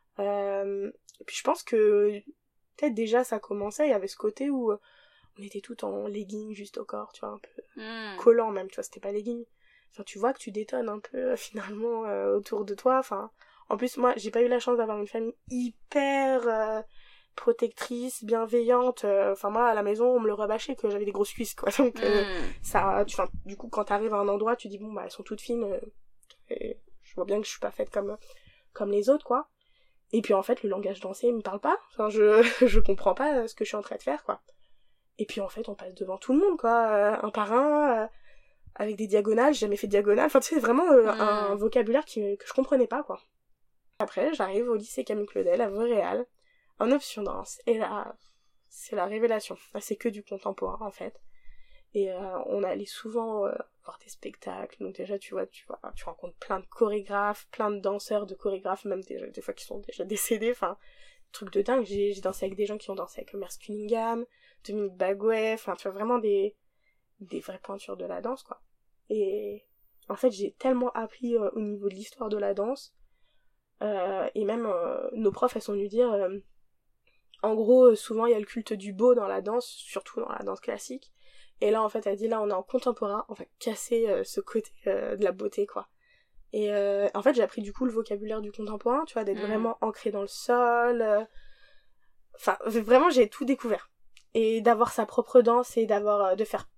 Euh, et puis je pense que peut-être déjà ça commençait, il y avait ce côté où euh, on était tout en leggings juste au corps, tu vois, un peu mm. collant même, tu vois, c'était pas leggings. Enfin, tu vois que tu détonnes un peu euh, finalement euh, autour de toi. Enfin, en plus moi j'ai pas eu la chance d'avoir une famille hyper euh, protectrice, bienveillante. Enfin euh, moi à la maison on me le rabâchait que j'avais des grosses cuisses, quoi. Donc euh, mm. ça, tu, enfin, du coup quand t'arrives à un endroit tu dis bon bah elles sont toutes fines, euh, et je vois bien que je suis pas faite comme comme les autres, quoi. Et puis en fait, le langage dansé, il me parle pas. Enfin, je, je comprends pas ce que je suis en train de faire, quoi. Et puis en fait, on passe devant tout le monde, quoi, euh, un par un, euh, avec des diagonales. J'ai jamais fait de diagonale. Enfin, tu sais, vraiment euh, mmh. un vocabulaire qui, que je comprenais pas, quoi. Après, j'arrive au lycée Camille Claudel, à Vauréal, en option danse. Et là, c'est la révélation. Là, c'est que du contemporain, en fait. Et euh, on allait souvent euh, voir des spectacles, donc déjà tu vois, tu vois, tu rencontres plein de chorégraphes, plein de danseurs, de chorégraphes, même des, des fois qui sont déjà décédés, enfin, truc de dingue. J'ai, j'ai dansé avec des gens qui ont dansé avec Merce Cunningham, Dominique Baguet, enfin tu vois, vraiment des, des vraies pointures de la danse, quoi. Et en fait j'ai tellement appris euh, au niveau de l'histoire de la danse, euh, et même euh, nos profs elles sont venues dire, euh, en gros euh, souvent il y a le culte du beau dans la danse, surtout dans la danse classique. Et là, en fait, elle dit, là, on est en contemporain, on va casser euh, ce côté euh, de la beauté, quoi. Et euh, en fait, j'ai appris, du coup, le vocabulaire du contemporain, tu vois, d'être mmh. vraiment ancré dans le sol. Euh... Enfin, vraiment, j'ai tout découvert. Et d'avoir sa propre danse et d'avoir... Euh, de faire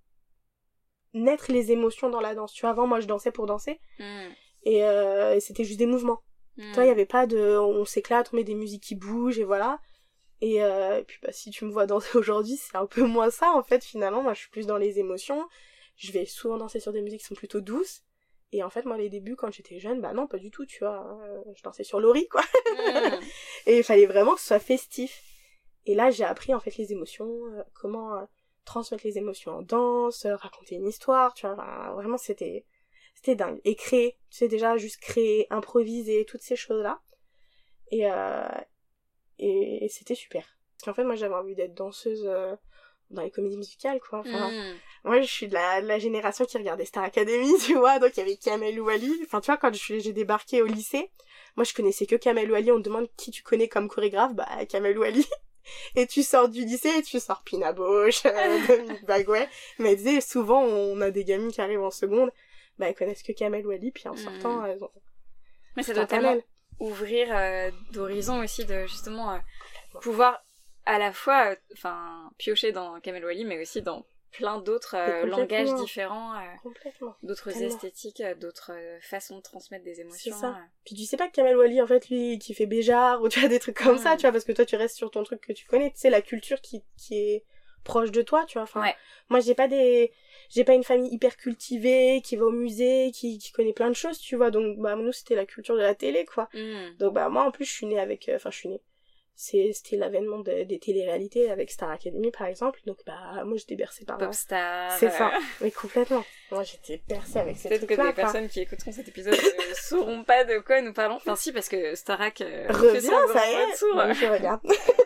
naître les émotions dans la danse. Tu vois, avant, moi, je dansais pour danser. Mmh. Et, euh, et c'était juste des mouvements. Mmh. Tu vois, il n'y avait pas de... On s'éclate, on met des musiques qui bougent, et voilà. Et, euh, et puis bah si tu me vois danser aujourd'hui, c'est un peu moins ça en fait finalement. Moi je suis plus dans les émotions. Je vais souvent danser sur des musiques qui sont plutôt douces. Et en fait moi les débuts quand j'étais jeune, bah non pas du tout tu vois. Hein. Je dansais sur Laurie quoi. Mmh. Et il fallait vraiment que ce soit festif. Et là j'ai appris en fait les émotions, euh, comment euh, transmettre les émotions en danse, euh, raconter une histoire, tu vois. Enfin, vraiment c'était c'était dingue. Et créer, tu sais déjà juste créer, improviser, toutes ces choses là. Et euh, Et, et c'était super. Parce qu'en fait, moi, j'avais envie d'être danseuse euh, dans les comédies musicales, quoi. Enfin, mmh. Moi, je suis de la, de la génération qui regardait Star Academy, tu vois. Donc, il y avait Kamel Ouali. Enfin, tu vois, quand je, j'ai débarqué au lycée, moi, je connaissais que Kamel Ouali. On me demande qui tu connais comme chorégraphe. Bah, Kamel Ouali. Et tu sors du lycée et tu sors Pina Bausch, euh, Dominique Baguet. Mais tu sais, souvent, on a des gamines qui arrivent en seconde. Bah, elles connaissent que Kamel Ouali. Puis en sortant, mmh. elles ont... Mais ça doit tellement ouvrir euh, d'horizons aussi, de justement euh, pouvoir à la fois enfin euh, piocher dans Kamel Ouali mais aussi dans plein d'autres euh, langages différents, euh, d'autres tellement. esthétiques, euh, d'autres euh, façons de transmettre des émotions. C'est ça. Euh. Puis tu sais pas que Kamel Ouali en fait lui qui fait Béjart ou tu vois des trucs comme mmh. ça, tu vois, parce que toi tu restes sur ton truc que tu connais, tu sais la culture qui qui est proche de toi, tu vois. Enfin, ouais. Moi j'ai pas des j'ai pas une famille hyper cultivée qui va au musée, qui qui connaît plein de choses, tu vois. Donc bah nous c'était la culture de la télé quoi. Mmh. Donc bah moi en plus je suis née avec enfin euh, je suis née c'est c'était l'avènement de, des téléréalités avec Star Academy par exemple. Donc bah moi j'étais bercée par Popstar. C'est ça. Mais complètement. Moi j'étais bercée avec ces trucs-là. Peut-être que des personnes qui écouteront cet épisode ne sauront pas de quoi nous parlons. Enfin si, parce que Starac euh, revient, ça y est. Bon, je regarde.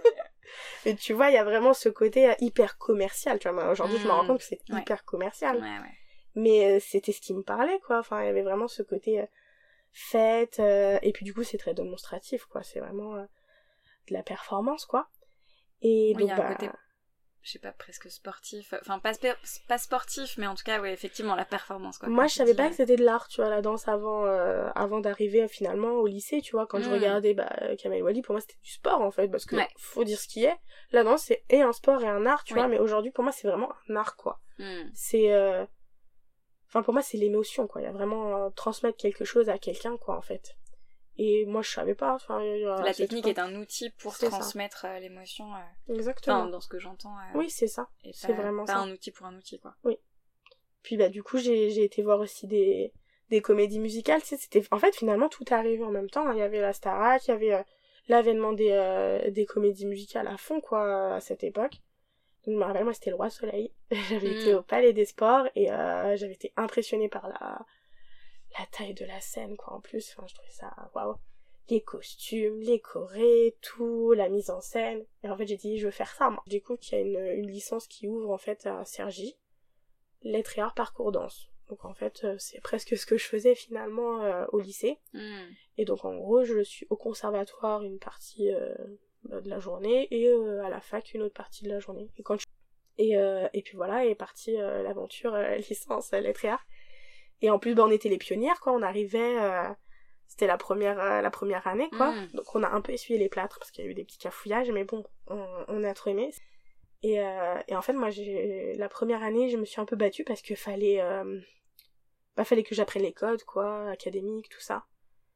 Et tu vois, il y a vraiment ce côté hyper commercial, tu vois. Moi, aujourd'hui, mmh. je me rends compte que c'est ouais. hyper commercial. Ouais, ouais. Mais euh, c'était ce qui me parlait, quoi. Enfin, il y avait vraiment ce côté euh, fête. Euh, et puis, du coup, c'est très démonstratif, quoi. C'est vraiment euh, de la performance, quoi. Et oui, donc, y a bah... un côté, je sais pas, presque sportif. Enfin, pas, pas sportif, mais en tout cas, ouais, effectivement, la performance, quoi. Moi, je savais dis, pas ouais. que c'était de l'art, tu vois, la danse avant euh, avant d'arriver finalement au lycée, tu vois. Quand mmh. je regardais bah, Kamel Ouali, pour moi, c'était du sport, en fait, parce que ouais. faut dire ce qui est. La danse, c'est et un sport et un art, tu oui. vois, mais aujourd'hui, pour moi, c'est vraiment un art, quoi. Mmh. C'est... Euh... Enfin, pour moi, c'est l'émotion, quoi. Il y a vraiment euh, transmettre quelque chose à quelqu'un, quoi, en fait. Et moi, je savais pas. Enfin, la technique est un outil pour transmettre euh, l'émotion. Euh... Exactement. Enfin, dans ce que j'entends. Euh... Oui, c'est ça. Et c'est pas, vraiment pas ça. un outil pour un outil, quoi. Oui. Puis, bah, du coup, j'ai, j'ai été voir aussi des, des comédies musicales. Tu sais, c'était... En fait, finalement, tout est arrivé en même temps. Il y avait la Starac, il y avait euh, l'avènement des, euh, des comédies musicales à fond, quoi, à cette époque. Donc, je me rappelle, moi, c'était le Roi Soleil. J'avais mmh. été au Palais des Sports et euh, j'avais été impressionnée par la, la taille de la scène, quoi, en plus. Enfin, je trouvais ça, waouh. Les costumes, les chorés, tout, la mise en scène. Et en fait, j'ai dit, je veux faire ça, moi. Je découvre qu'il y a une, une licence qui ouvre, en fait, à Cergy. Lettres et arts, parcours danse. Donc, en fait, c'est presque ce que je faisais, finalement, euh, au lycée. Mm. Et donc, en gros, je suis au conservatoire une partie euh, de la journée et euh, à la fac une autre partie de la journée. Et quand je... Et, euh, et puis voilà, est partie euh, l'aventure euh, licence euh, lettres et arts. Et en plus, bah, on était les pionnières, quoi. On arrivait... Euh, C'était la première, euh, la première année, quoi. Mmh. Donc on a un peu essuyé les plâtres parce qu'il y a eu des petits cafouillages, mais bon, on, on a trop aimé. Et, euh, et en fait, moi, j'ai la première année, je me suis un peu battue parce que fallait, euh, bah, fallait que j'apprenne les codes, quoi, académiques, tout ça.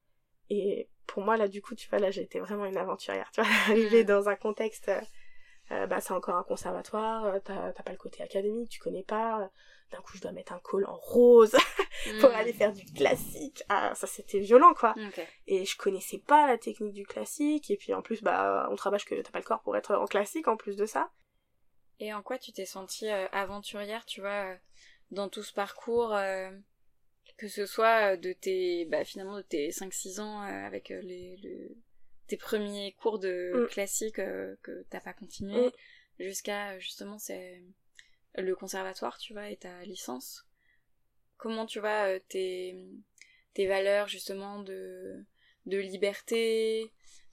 Et pour moi, là, du coup, tu vois, là, j'ai été vraiment une aventurière, tu vois, arriver mmh. dans un contexte, euh, bah, c'est encore un conservatoire, t'as, t'as pas le côté académique, tu connais pas. D'un coup, je dois mettre un col en rose pour mmh. aller faire du classique. Ah, ça, c'était violent, quoi. Okay. Et je connaissais pas la technique du classique. Et puis, en plus, bah, on te rabâche que t'as pas le corps pour être en classique, en plus de ça. Et en quoi tu t'es sentie euh, aventurière, tu vois, euh, dans tout ce parcours, euh, que ce soit de tes, bah, finalement, de tes cinq six ans, euh, avec euh, les, le, tes premiers cours de mmh. classique euh, que t'as pas continué, mmh. jusqu'à, justement, c'est... le conservatoire, tu vois, et ta licence. Comment, tu vois, euh, tes, tes valeurs, justement, de, de liberté,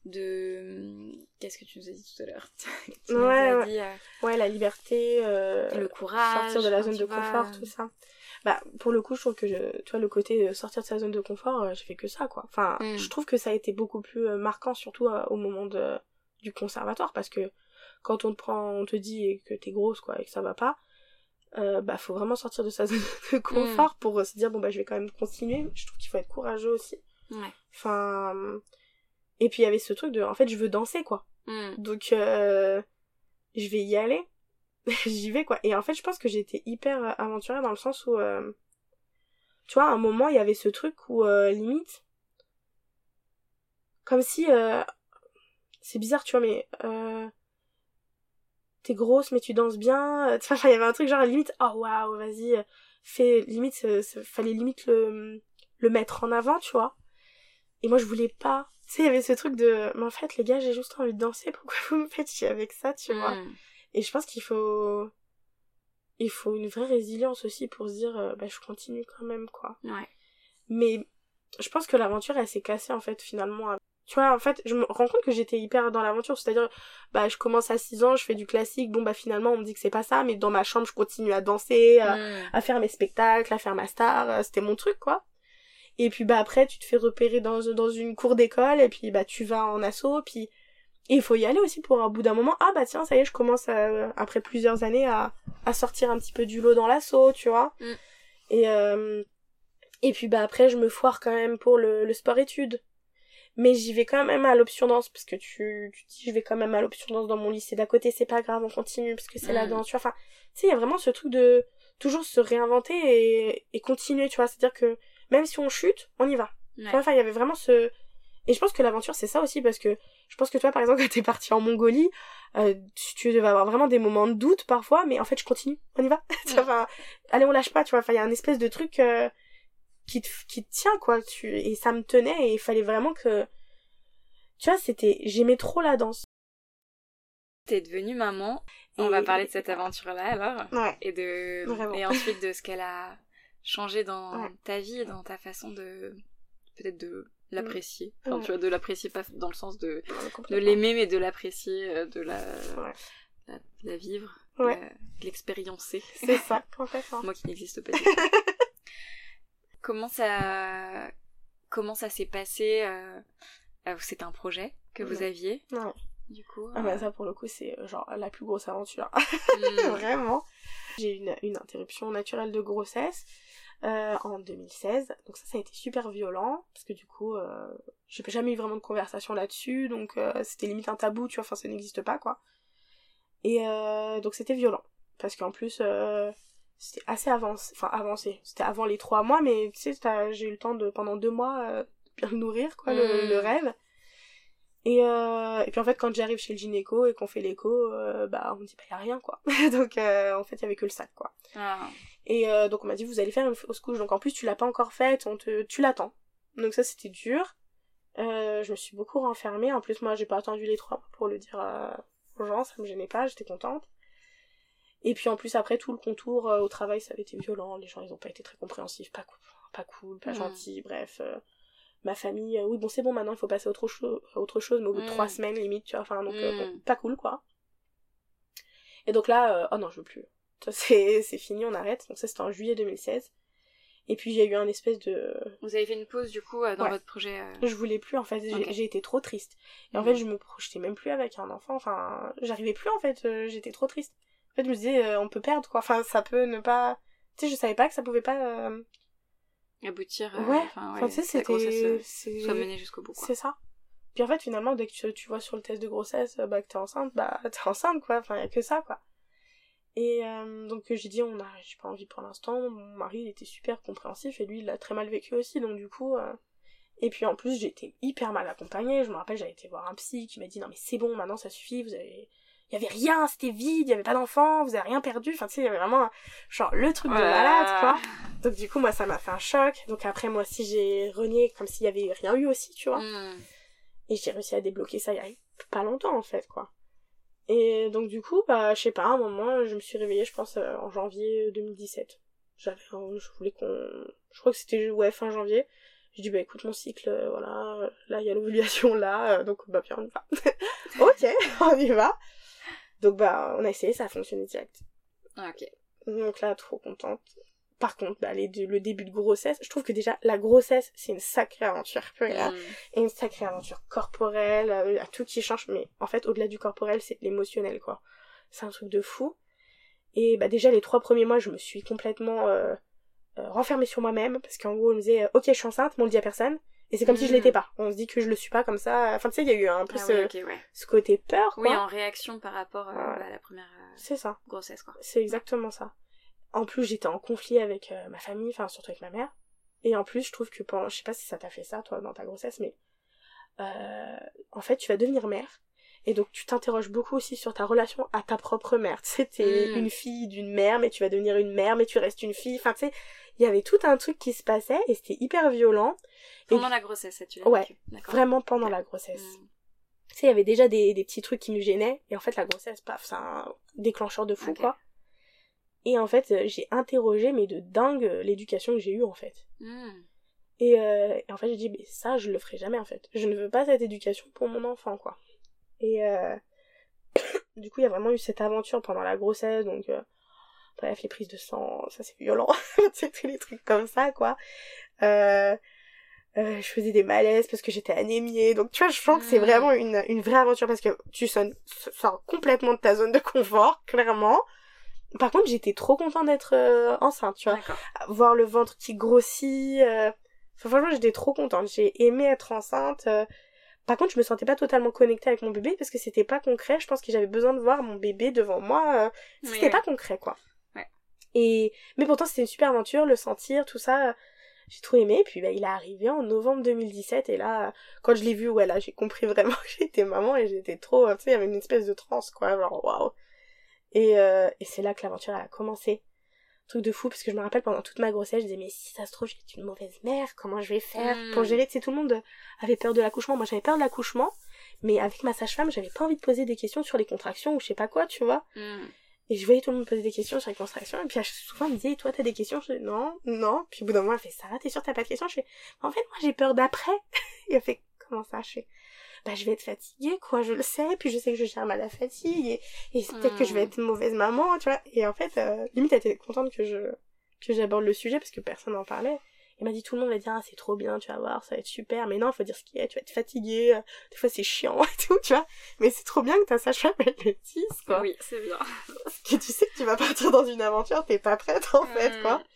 de... Qu'est-ce que tu nous as dit tout à l'heure? Tu ouais, nous as ouais. dit, euh... ouais, la liberté, euh, le courage, sortir de la zone de vois... confort, tout ça. Bah, pour le coup, je trouve que, je, tu vois, le côté sortir de sa zone de confort, euh, j'ai fait que ça, quoi. Enfin, mm. je trouve que ça a été beaucoup plus euh, marquant, surtout euh, au moment de, du conservatoire, parce que quand on te prend, on te dit que t'es grosse, quoi, et que ça va pas, Euh, bah faut vraiment sortir de sa zone de confort mmh. pour euh, se dire bon bah je vais quand même continuer. Je trouve qu'il faut être courageux aussi. Ouais. Enfin et puis il y avait ce truc de en fait je veux danser quoi. Mm. Donc, euh, je vais y aller. J'y vais, quoi. Et en fait, je pense que j'étais hyper aventurière dans le sens où, euh, tu vois, à un moment, il y avait ce truc où, euh, limite, comme si, euh, c'est bizarre, tu vois, mais, euh, t'es grosse, mais tu danses bien. Enfin, il y avait un truc genre, limite, oh waouh, vas-y, fais, limite, euh, fallait limite le, le mettre en avant, tu vois. Et moi, je voulais pas. Tu sais, il y avait ce truc de, mais en fait, les gars, j'ai juste envie de danser, pourquoi vous me faites chier avec ça, tu vois. Mm. Et je pense qu'il faut, il faut une vraie résilience aussi pour se dire, euh, bah, je continue quand même, quoi. Ouais. Mais je pense que l'aventure, elle s'est cassée, en fait, finalement. Tu vois, en fait, je me rends compte que j'étais hyper dans l'aventure, c'est-à-dire, bah, je commence à six ans, je fais du classique, bon, bah, finalement, on me dit que c'est pas ça, mais dans ma chambre, je continue à danser, à, Mm. à faire mes spectacles, à faire ma star, euh, c'était mon truc, quoi. Et puis, bah, après, tu te fais repérer dans, dans une cour d'école, et puis, bah, tu vas en asso, puis, et il faut y aller aussi pour, au bout d'un moment, ah, bah, tiens, ça y est, je commence, à, après plusieurs années, à, à sortir un petit peu du lot dans l'asso, tu vois. Mm. Et, euh, et puis, bah, après, je me foire quand même pour le, le sport-études. Mais j'y vais quand même à l'option danse, parce que tu, tu dis, je vais quand même à l'option danse dans mon lycée d'à côté, c'est pas grave, on continue, parce que c'est Mm. la danse, tu vois. Enfin, tu sais, il y a vraiment ce truc de toujours se réinventer et, et continuer, tu vois. C'est-à-dire que même si on chute, on y va. Ouais. Tu vois, enfin, il y avait vraiment ce... Et je pense que l'aventure, c'est ça aussi, parce que je pense que toi, par exemple, quand t'es parti en Mongolie, euh, tu, tu devais avoir vraiment des moments de doute parfois, mais en fait, je continue, on y va. Tu vois, enfin, allez, on lâche pas, tu vois. Enfin, il y a un espèce de truc euh, qui, te, qui te tient, quoi. Tu... Et ça me tenait, et il fallait vraiment que... Tu vois, c'était... J'aimais trop la danse. T'es devenue maman. On Et- va parler de cette aventure-là, alors. Ouais. Et de... Vraiment. Et ensuite de ce qu'elle a changé dans Ouais. ta vie et dans ta façon de... Peut-être de l'apprécier. Mm. Enfin, Ouais. tu vois, de l'apprécier pas dans le sens de... de Complètement. l'aimer, mais de l'apprécier, euh, de la... Ouais. la... de la vivre, Ouais. de la- de l'expériencer. C'est ça, complètement. Moi qui n'existe pas du tout. Comment ça... Comment ça s'est passé euh... euh, C'était un projet que vous Ouais. aviez, Ouais. du coup. Ah euh, bah ça, pour le coup, c'est euh, genre la plus grosse aventure. hmm. Vraiment. J'ai eu une, une interruption naturelle de grossesse euh, en deux mille seize. Donc ça, ça a été super violent. Parce que du coup, euh, j'ai jamais eu vraiment de conversation là-dessus. Donc euh, c'était limite un tabou, tu vois. Enfin, ça n'existe pas, quoi. Et euh, donc c'était violent. Parce qu'en plus, euh, c'était assez avancé. Enfin, avancé. C'était avant les trois mois. Mais tu sais, t'as- j'ai eu le temps de, pendant deux mois, euh, de bien le nourrir, quoi, le, Mm. le rêve. Et, euh, et puis en fait, quand j'arrive chez le gynéco et qu'on fait l'écho, euh, bah on me dit bah y a rien, quoi. Donc euh, en fait, il y avait que le sac, quoi. Ah. Et euh, donc on m'a dit vous allez faire une fausse couche. Donc en plus tu l'as pas encore faite, on te, tu l'attends. Donc ça c'était dur. Euh, je me suis beaucoup renfermée. En plus moi j'ai pas attendu les trois mois pour le dire euh, aux gens, ça me gênait pas, j'étais contente. Et puis en plus après tout le contour euh, au travail ça avait été violent, les gens ils ont pas été très compréhensifs, pas cool, pas cool, pas Mm. gentil, bref. Euh, ma famille, euh, oui bon c'est bon maintenant il faut passer à autre, cho- à autre chose, mais au bout de Mm. trois semaines limite, tu vois, enfin donc euh, Mm. bon, pas cool quoi. Et donc là, euh, oh non je veux plus. Ça, c'est, c'est fini, on arrête. Donc ça c'était en juillet deux mille seize. Et puis j'ai eu un espèce de... Vous avez fait une pause du coup euh, dans Ouais. votre projet euh... Je voulais plus en fait, j'ai, Ok. j'ai été trop triste. Et en Mm. fait je me projetais même plus avec un enfant, enfin j'arrivais plus en fait, euh, j'étais trop triste. En fait je me disais euh, on peut perdre quoi, enfin ça peut ne pas... Tu sais je savais pas que ça pouvait pas... euh, aboutir. euh, Ouais, enfin, enfin tu sais que la grossesse, c'était... euh, c'est... soit menée jusqu'au bout, quoi. C'est ça. Puis en fait finalement dès que tu, tu vois sur le test de grossesse euh, bah, que t'es enceinte, bah t'es enceinte quoi, enfin y a que ça quoi. Et euh, donc j'ai dit on a j'ai pas envie pour l'instant, mon mari il était super compréhensif et lui il l'a très mal vécu aussi, donc du coup euh... et puis en plus j'étais hyper mal accompagnée. Je me rappelle j'avais été voir un psy qui m'a dit non mais c'est bon maintenant ça suffit, vous avez il y avait rien, c'était vide, il y avait pas d'enfant, vous avez rien perdu, enfin tu sais il y avait vraiment genre le truc de Voilà. malade quoi. Donc du coup moi ça m'a fait un choc, donc après moi aussi j'ai renié comme s'il y avait rien eu aussi tu vois. Mm. Et j'ai réussi à débloquer ça il y a pas longtemps en fait quoi. Et donc du coup, bah je sais pas, à un moment, je me suis réveillée, je pense, euh, en janvier deux mille dix-sept. J'avais, un- je voulais qu'on... Je crois que c'était, ouais, fin janvier. Je dis, bah écoute, mon cycle, euh, voilà, euh, là, il y a l'ovulation, là, euh, donc bah bien, on y va. Ok, on y va. Donc bah, on a essayé, ça a fonctionné direct. Ah, ok. Donc là, trop contente. Par contre, bah, les, le début de grossesse, je trouve que déjà, la grossesse, c'est une sacrée aventure. Purée, Mm. et une sacrée aventure corporelle, euh, à tout qui change, mais en fait au-delà du corporel c'est l'émotionnel quoi. C'est un truc de fou. Et bah déjà les trois premiers mois je me suis complètement euh, euh, renfermée sur moi-même, parce qu'en gros on me disait euh, ok je suis enceinte, mais on le dit à personne, Et c'est comme mmh. si je l'étais pas. On se dit que je le suis pas comme ça. Enfin, tu sais, il y a eu un peu ah, ce, ouais, okay, ouais. ce côté peur, quoi. Oui, en réaction par rapport euh, ouais. à la première euh, c'est ça. grossesse, quoi. C'est exactement ça. En plus, j'étais en conflit avec euh, ma famille, enfin, surtout avec ma mère. Et en plus, je trouve que pendant... Je sais pas si ça t'a fait ça, toi, dans ta grossesse, mais... Euh, en fait, tu vas devenir mère. Et donc, tu t'interroges beaucoup aussi sur ta relation à ta propre mère. Tu sais, t'es mmh. une fille d'une mère, mais tu vas devenir une mère, mais tu restes une fille. Enfin, tu sais, il y avait tout un truc qui se passait et c'était hyper violent. Pendant et... la grossesse, ça, tu l'as Ouais, vécu. D'accord. vraiment pendant okay. la grossesse. Mmh. Tu sais, il y avait déjà des, des petits trucs qui me gênaient. Et en fait, la grossesse, paf, c'est un déclencheur de fou, okay. quoi. Et en fait, j'ai interrogé, mais de dingue, l'éducation que j'ai eue, en fait. Mmh. Et, euh, et en fait, j'ai dit, mais ça, je le ferai jamais, en fait. Je ne veux pas cette éducation pour mon enfant, quoi. Et euh... du coup, il y a vraiment eu cette aventure pendant la grossesse, donc... Euh... Bref, les prises de sang, ça c'est violent. C'est tous les trucs comme ça, quoi. Euh... Euh, je faisais des malaises parce que j'étais anémiée. Donc, tu vois, je sens que c'est vraiment une, une vraie aventure parce que tu sonnes, sors complètement de ta zone de confort, clairement. Par contre, j'étais trop contente d'être euh, enceinte, tu vois. D'accord. Voir le ventre qui grossit. Euh... Enfin, franchement, j'étais trop contente. J'ai aimé être enceinte. Euh... Par contre, je me sentais pas totalement connectée avec mon bébé parce que c'était pas concret. Je pense que j'avais besoin de voir mon bébé devant moi. Euh... Oui, c'était oui. pas concret, quoi. Ouais. Et... Mais pourtant, c'était une super aventure, le sentir, tout ça... J'ai trop aimé, puis bah, il est arrivé en novembre deux mille dix-sept, et là, quand je l'ai vu, ouais, là, j'ai compris vraiment que j'étais maman, et j'étais trop, tu sais, il y avait une espèce de transe, quoi, genre, waouh. Et, euh, et c'est là que l'aventure, elle a commencé. Truc de fou, parce que je me rappelle, pendant toute ma grossesse, je disais, mais si ça se trouve, j'ai une mauvaise mère, comment je vais faire mmh. pour gérer, tu sais, tout le monde avait peur de l'accouchement, moi j'avais peur de l'accouchement, mais avec ma sage-femme, j'avais pas envie de poser des questions sur les contractions, ou je sais pas quoi, tu vois. mmh. Et je voyais tout le monde poser des questions sur les contractions, et puis souvent elle me disait, et toi t'as des questions? Je dis, non, non. Puis au bout d'un moment, elle fait, ça va, t'es sûre t'as pas de questions? Je fais, en fait, moi j'ai peur d'après. Et elle fait, comment ça? Je fais, bah je vais être fatiguée, quoi, je le sais, puis je sais que je gère mal la fatigue, et, et c'est peut-être mmh. que je vais être une mauvaise maman, tu vois. Et en fait, euh, limite elle était contente que je que j'aborde le sujet, parce que personne n'en parlait. Elle m'a dit, tout le monde va dire, ah c'est trop bien, tu vas voir, ça va être super, mais non, il faut dire ce qu'il y a, tu vas être fatiguée, euh, des fois c'est chiant et tout, tu vois, mais c'est trop bien que ta sage-femme elle le dise, quoi. Oui, c'est bien. Parce que tu sais que tu vas partir dans une aventure, t'es pas prête, en fait, mmh. quoi.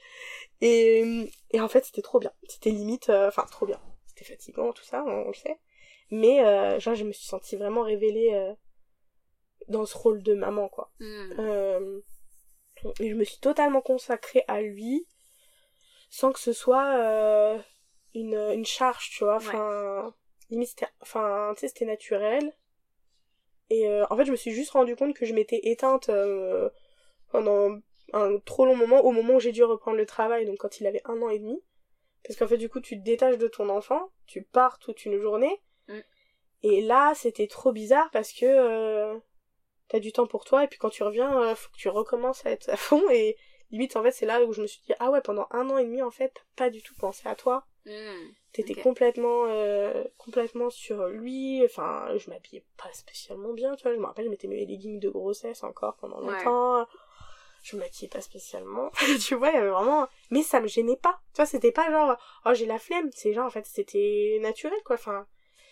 Et, et en fait, c'était trop bien. C'était limite, enfin, euh, trop bien. C'était fatigant, tout ça, on, on le sait. Mais, euh, genre, je me suis sentie vraiment révélée euh, dans ce rôle de maman, quoi. Mmh. Euh, et je me suis totalement consacrée à lui, sans que ce soit euh, une, une charge, tu vois. Enfin, ouais. limite, c'était, enfin, tu sais, c'était naturel. Et euh, en fait, je me suis juste rendu compte que je m'étais éteinte euh, pendant un trop long moment, au moment où j'ai dû reprendre le travail, donc quand il avait un an et demi. Parce qu'en fait, du coup, tu te détaches de ton enfant, tu pars toute une journée. Mm. Et là, c'était trop bizarre parce que euh, t'as du temps pour toi, et puis quand tu reviens, euh, faut que tu recommences à être à fond. Et limite, en fait, c'est là où je me suis dit, ah ouais, pendant un an et demi, en fait, t'as pas du tout pensé à toi. Mm. T'étais okay. complètement euh, complètement sur lui, enfin je m'habillais pas spécialement bien, tu vois, je me rappelle je mettais mes leggings de grossesse encore pendant longtemps, ouais. Je me maquillais pas spécialement, tu vois, il y avait vraiment, mais ça me gênait pas, tu vois, c'était pas genre oh j'ai la flemme, c'est genre en fait c'était naturel quoi, enfin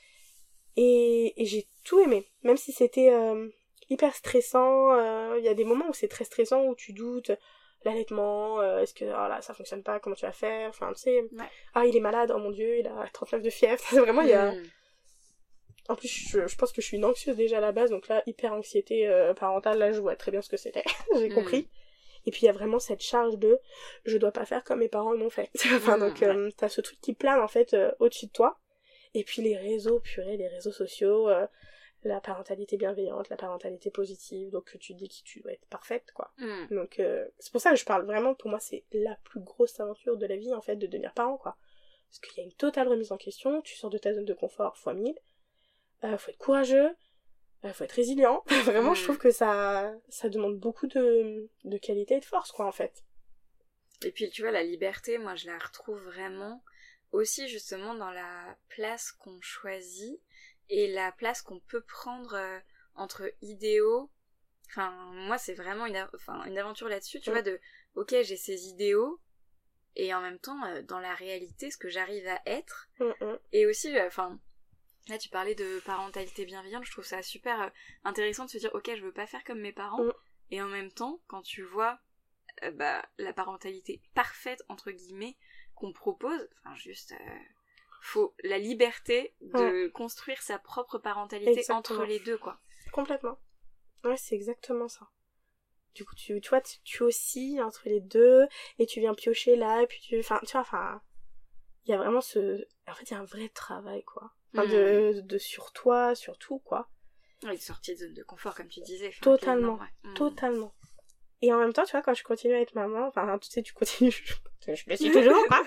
et, et j'ai tout aimé, même si c'était euh, hyper stressant, il euh, y a des moments où c'est très stressant, où tu doutes l'allaitement, euh, est-ce que oh là, ça fonctionne pas, comment tu vas faire, enfin tu sais, ouais. Ah il est malade, oh mon dieu, il a trente-neuf de fièvre, c'est vraiment, il y a... Mm. En plus, je, je pense que je suis une anxieuse déjà à la base, donc là, hyper anxiété euh, parentale, là je vois très bien ce que c'était, j'ai mm. compris. Et puis il y a vraiment cette charge de, je dois pas faire comme mes parents m'ont fait. Enfin, mm, donc ouais. euh, t'as ce truc qui plane en fait euh, au-dessus de toi, et puis les réseaux, purée, les réseaux sociaux... Euh, la parentalité bienveillante, la parentalité positive, donc tu te dis que tu dois être parfaite, quoi. Mm. Donc, euh, c'est pour ça que je parle vraiment, pour moi, c'est la plus grosse aventure de la vie, en fait, de devenir parent, quoi. Parce qu'il y a une totale remise en question, tu sors de ta zone de confort fois mille, euh, faut être courageux, euh, faut être résilient, vraiment, mm. je trouve que ça, ça demande beaucoup de, de qualité et de force, quoi, en fait. Et puis, tu vois, la liberté, moi, je la retrouve vraiment aussi, justement, dans la place qu'on choisit, et la place qu'on peut prendre euh, entre idéaux. Enfin, moi, c'est vraiment une, a- enfin, une aventure là-dessus, tu mmh. vois, de, ok, j'ai ces idéaux, et en même temps, euh, dans la réalité, ce que j'arrive à être. Mmh. Et aussi, enfin, euh, là, tu parlais de parentalité bienveillante, je trouve ça super euh, intéressant de se dire, ok, je veux pas faire comme mes parents, mmh. et en même temps, quand tu vois euh, bah, la parentalité parfaite, entre guillemets, qu'on propose, enfin, juste... Euh, faut la liberté de ouais. construire sa propre parentalité Exactement. entre les deux, quoi. Complètement. Ouais, c'est exactement ça. Du coup, tu, tu vois, tu, tu oscilles entre les deux, et tu viens piocher là, et puis tu... Enfin, tu vois, enfin... Il y a vraiment ce... En fait, il y a un vrai travail, quoi. Enfin, mmh. de, de sur toi, sur tout, quoi. Oui, sortie de zone de confort, comme tu disais. Enfin, totalement, ouais. totalement. Et en même temps, tu vois, quand je continue à être maman, enfin, tu sais, tu continues... je le suis toujours, quoi.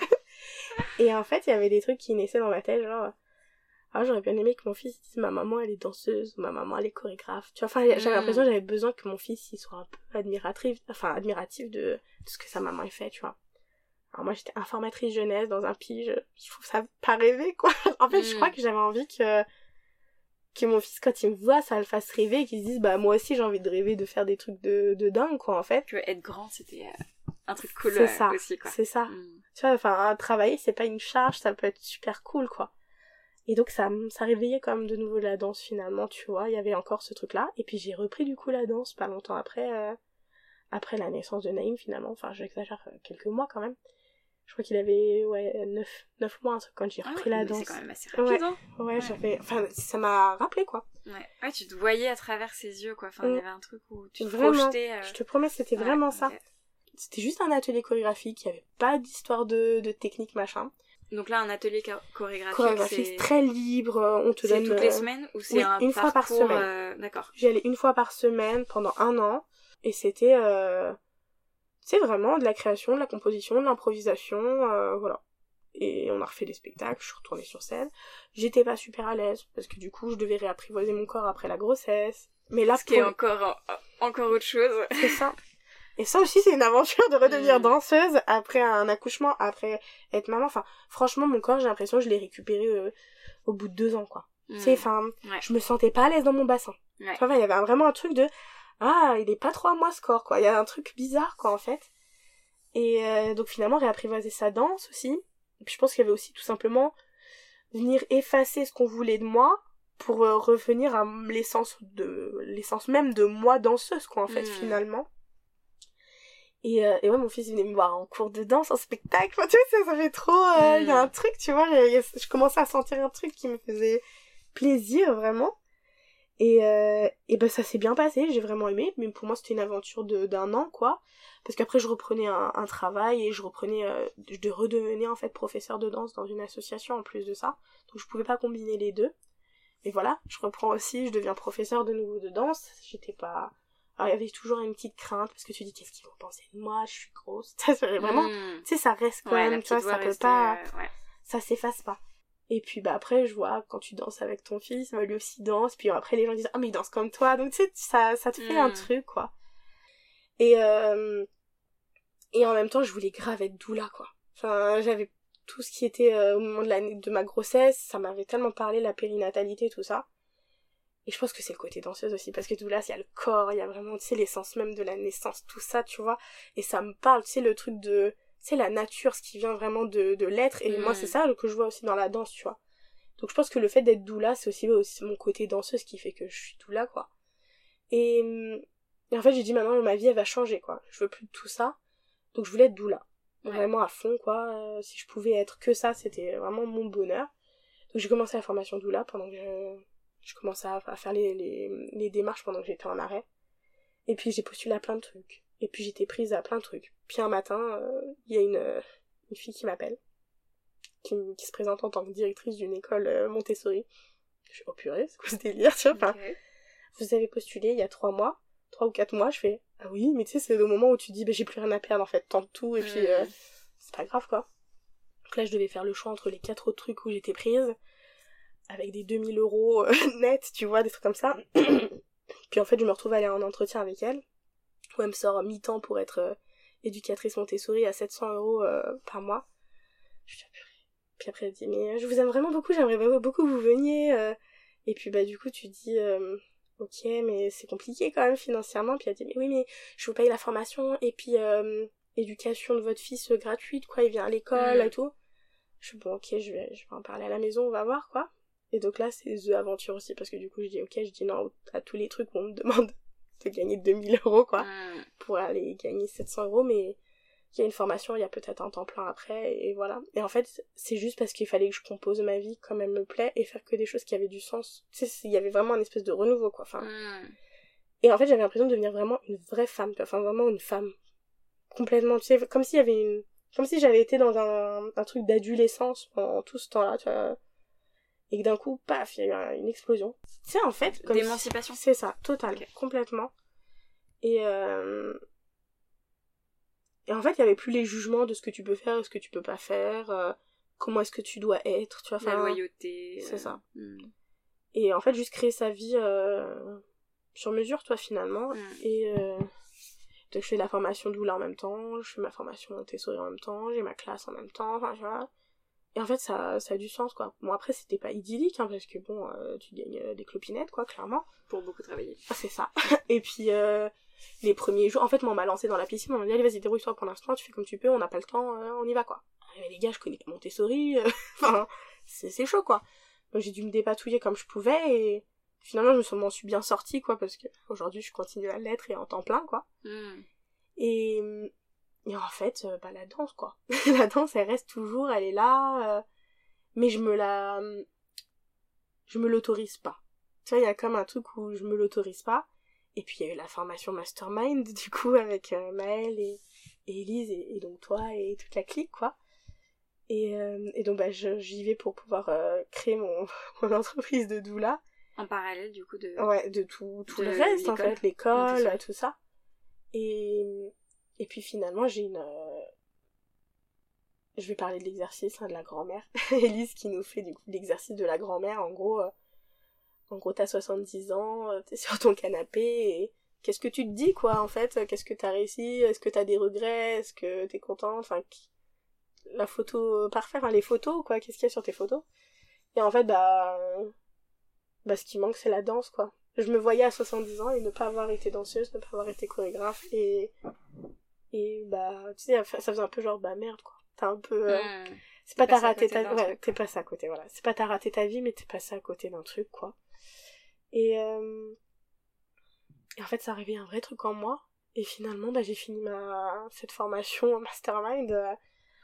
Et en fait, il y avait des trucs qui naissaient dans ma tête, genre... Ah, j'aurais bien aimé que mon fils dise ma maman elle est danseuse, ou ma maman elle est chorégraphe. Tu vois, enfin, j'avais l'impression que j'avais besoin que mon fils il soit un peu admiratif, enfin admiratif de, de ce que sa maman ait fait, tu vois. Alors moi j'étais informatrice jeunesse dans un pige, je trouve ça pas rêver, quoi. En fait, mm. je crois que j'avais envie que que mon fils quand il me voit ça le fasse rêver, et qu'il se dise bah moi aussi j'ai envie de rêver de faire des trucs de, de dingue, quoi, en fait. Que être grand c'était euh, un truc cool c'est euh, ça, aussi, quoi. C'est ça, mm. tu vois, enfin travailler c'est pas une charge, ça peut être super cool, quoi. Et donc ça, ça réveillait quand même de nouveau la danse finalement, tu vois, il y avait encore ce truc là, et puis j'ai repris du coup la danse pas longtemps après, euh, après la naissance de Naïm finalement, enfin j'exagère euh, quelques mois quand même, je crois qu'il avait ouais neuf mois un truc quand j'ai repris ah ouais, la mais danse. C'est quand même assez rapide, ouais, hein. Ouais, ouais. j'avais, enfin ça m'a rappelé, quoi. Ouais, ouais, tu te voyais à travers ses yeux, quoi, enfin il mm. y avait un truc où tu te vraiment, projetais. Euh... Je te promets, c'était ouais, vraiment ça. Okay. C'était juste un atelier chorégraphique, il n'y avait pas d'histoire de, de technique machin. Donc là, un atelier chorégraphique, chorégraphique c'est très libre, on te c'est donne... toutes les semaines ou c'est oui, un une parcours, fois par semaine. Euh... D'accord. J'y allais une fois par semaine pendant un an, et c'était... Euh... C'est vraiment de la création, de la composition, de l'improvisation, euh, voilà. Et on a refait des spectacles, je suis retournée sur scène. J'étais pas super à l'aise, parce que du coup, je devais réapprivoiser mon corps après la grossesse. Mais là, Ce qui est encore, encore autre chose. C'est ça. Et ça aussi, c'est une aventure de redevenir mmh. danseuse après un accouchement, après être maman. Enfin, franchement, mon corps, j'ai l'impression que je l'ai récupéré euh, au bout de deux ans, quoi. Mmh. Tu sais, enfin, ouais. je me sentais pas à l'aise dans mon bassin. Ouais. Enfin, il y avait vraiment un truc de, ah, il est pas trop à moi ce corps, quoi. Il y a un truc bizarre, quoi, en fait. Et euh, donc, finalement, réapprivoiser sa danse aussi. Et puis, je pense qu'il y avait aussi tout simplement venir effacer ce qu'on voulait de moi pour euh, revenir à l'essence de, l'essence même de moi danseuse, quoi, en fait, mmh. finalement. Et, euh, et ouais, mon fils venait me voir en cours de danse, en spectacle, enfin, tu vois, ça, ça fait trop... Il euh, mm. y a un truc, tu vois, y a, je commençais à sentir un truc qui me faisait plaisir, vraiment. Et, euh, et ben ça s'est bien passé, j'ai vraiment aimé, mais pour moi c'était une aventure de, d'un an, quoi. Parce qu'après je reprenais un, un travail et je reprenais... Euh, je redevenais en fait professeur de danse dans une association en plus de ça. Donc je pouvais pas combiner les deux. Et voilà, je reprends aussi, je deviens professeur de nouveau de danse. J'étais pas... Alors, il y avait toujours une petite crainte, parce que tu dis, qu'est-ce qu'ils vont penser de moi, je suis grosse. Vraiment, mmh. tu sais, ça reste quand ouais, même, tu vois, ça peut pas, euh, ouais. ça s'efface pas. Et puis, bah, après, je vois, quand tu danses avec ton fils, bah, lui aussi danse, puis après, les gens disent, ah, mais il danse comme toi, donc, tu sais, ça, ça te fait mmh. un truc, quoi. Et, euh, et en même temps, je voulais grave être doula, quoi. Enfin, j'avais tout ce qui était, euh, au moment de, la, de ma grossesse, ça m'avait tellement parlé, la périnatalité, tout ça. Et je pense que c'est le côté danseuse aussi, parce que doula, il y a le corps, il y a vraiment, tu sais, l'essence même de la naissance, tout ça, tu vois. Et ça me parle, tu sais, le truc de, tu sais, la nature, ce qui vient vraiment de, de l'être. Et mmh. moi, c'est ça que je vois aussi dans la danse, tu vois. Donc je pense que le fait d'être doula, c'est aussi, aussi mon côté danseuse qui fait que je suis doula, quoi. Et, et en fait, j'ai dit, maintenant, ma vie, elle va changer, quoi. Je veux plus de tout ça. Donc je voulais être doula. Ouais. Vraiment à fond, quoi. Euh, si je pouvais être que ça, c'était vraiment mon bonheur. Donc j'ai commencé la formation doula pendant que je... Je commençais à, à faire les, les, les démarches pendant que j'étais en arrêt. Et puis j'ai postulé à plein de trucs. Et puis j'étais prise à plein de trucs. Puis un matin, il euh, y a une, euh, une fille qui m'appelle, qui, qui se présente en tant que directrice d'une école euh, Montessori. Je suis, oh purée, c'est quoi ce délire, tu vois, enfin, okay. Vous avez postulé il y a trois mois, trois ou quatre mois, je fais, ah oui, mais tu sais, c'est le moment où tu dis, bah j'ai plus rien à perdre, en fait, tente tout, et mmh. puis, euh, c'est pas grave, quoi. Donc là, je devais faire le choix entre les quatre autres trucs où j'étais prise, avec des deux mille euros euh, nets, tu vois, des trucs comme ça. Puis en fait, je me retrouve à aller en entretien avec elle, où elle me sort mi-temps pour être euh, éducatrice Montessori à sept cents euros euh, par mois. Je dis, puis après, elle dit, mais je vous aime vraiment beaucoup, j'aimerais beaucoup que vous veniez. Euh... Et puis bah du coup, tu dis, euh, ok, mais c'est compliqué quand même financièrement. Puis elle dit, mais oui, mais je vous paye la formation, et puis euh, éducation de votre fils euh, gratuite, quoi, il vient à l'école mmh. et tout. Je suis bon, ok, je vais, je vais en parler à la maison, on va voir, quoi. Et donc là, c'est The Aventure aussi, parce que du coup, je dis ok, je dis non à tous les trucs où on me demande de gagner deux mille euros, quoi, mmh. pour aller gagner sept cents euros, mais il y a une formation, il y a peut-être un temps plein après, et voilà. Et en fait, c'est juste parce qu'il fallait que je compose ma vie comme elle me plaît, et faire que des choses qui avaient du sens. Tu sais, il y avait vraiment un espèce de renouveau, quoi. Enfin... Mm. Et en fait, j'avais l'impression de devenir vraiment une vraie femme, enfin vraiment une femme. Complètement, tu sais, comme s'il y avait une... Comme si j'avais été dans un, un truc d'adolescence pendant tout ce temps-là, tu vois. Et que d'un coup, paf, il y a eu une explosion. Tu sais, en fait... Comme d'émancipation. Si... C'est ça, total, okay. Complètement. Et... Euh... Et en fait, il y avait plus les jugements de ce que tu peux faire et ce que tu peux pas faire, euh, comment est-ce que tu dois être, tu vois. La loyauté. C'est euh... ça. Mm. Et en fait, juste créer sa vie euh, sur mesure, toi, finalement. Mm. Et euh, donc, je fais de la formation doula en même temps, je fais ma formation Montessori en même temps, j'ai ma classe en même temps, enfin, tu vois. Et en fait, ça, ça a du sens, quoi. Bon, après, c'était pas idyllique, hein, parce que bon, euh, tu gagnes euh, des clopinettes, quoi, clairement. Pour beaucoup travailler. Ah, c'est ça. Et puis... Euh, les premiers jours, en fait, moi, on m'a lancé dans la piscine, on m'a dit, allez, vas-y, débrouille-toi pour l'instant, tu fais comme tu peux, on n'a pas le temps, euh, on y va, quoi. Mais les gars, je connais pas Montessori, euh, enfin, c'est, c'est chaud, quoi. Donc, j'ai dû me dépatouiller comme je pouvais, et finalement, je m'en suis bien sortie, quoi, parce que aujourd'hui, je continue à l'être et en temps plein, quoi. Mm. Et, et en fait, euh, bah, la danse, quoi. La danse, elle reste toujours, elle est là, euh, mais je me la... Je me l'autorise pas. Tu vois, il y a comme un truc où je me l'autorise pas. Et puis il y a eu la formation Mastermind, du coup, avec euh, Maëlle et, et Elise, et, et donc toi, et toute la clique, quoi. Et, euh, et donc, bah, je, j'y vais pour pouvoir euh, créer mon, mon entreprise de doula. En parallèle, du coup, de... Ouais, de tout, tout de le reste, en fait, l'école, non, tout ça. Et, et puis finalement, j'ai une... Euh... Je vais parler de l'exercice, hein, de la grand-mère. Elise qui nous fait, du coup, l'exercice de la grand-mère, en gros... Euh... En gros, t'as soixante-dix ans, t'es sur ton canapé, et qu'est-ce que tu te dis, quoi, en fait? Qu'est-ce que t'as réussi? Est-ce que t'as des regrets? Est-ce que t'es contente? Enfin, la photo parfaite, enfin, les photos, quoi, qu'est-ce qu'il y a sur tes photos? Et en fait, bah... Bah, ce qui manque, c'est la danse, quoi. Je me voyais à soixante-dix ans et ne pas avoir été danseuse, ne pas avoir été chorégraphe, et... Et, bah, tu sais, ça faisait un peu genre, bah, merde, quoi. T'as un peu... Euh... Mmh. C'est pas t'as raté ta... Ouais, t'es passé à côté, voilà. C'est pas t'as raté ta vie, mais t'es passé à côté d'un truc, quoi. Et, euh... et en fait, ça arrivait un vrai truc en moi. Et finalement, bah, j'ai fini ma... cette formation Mastermind euh,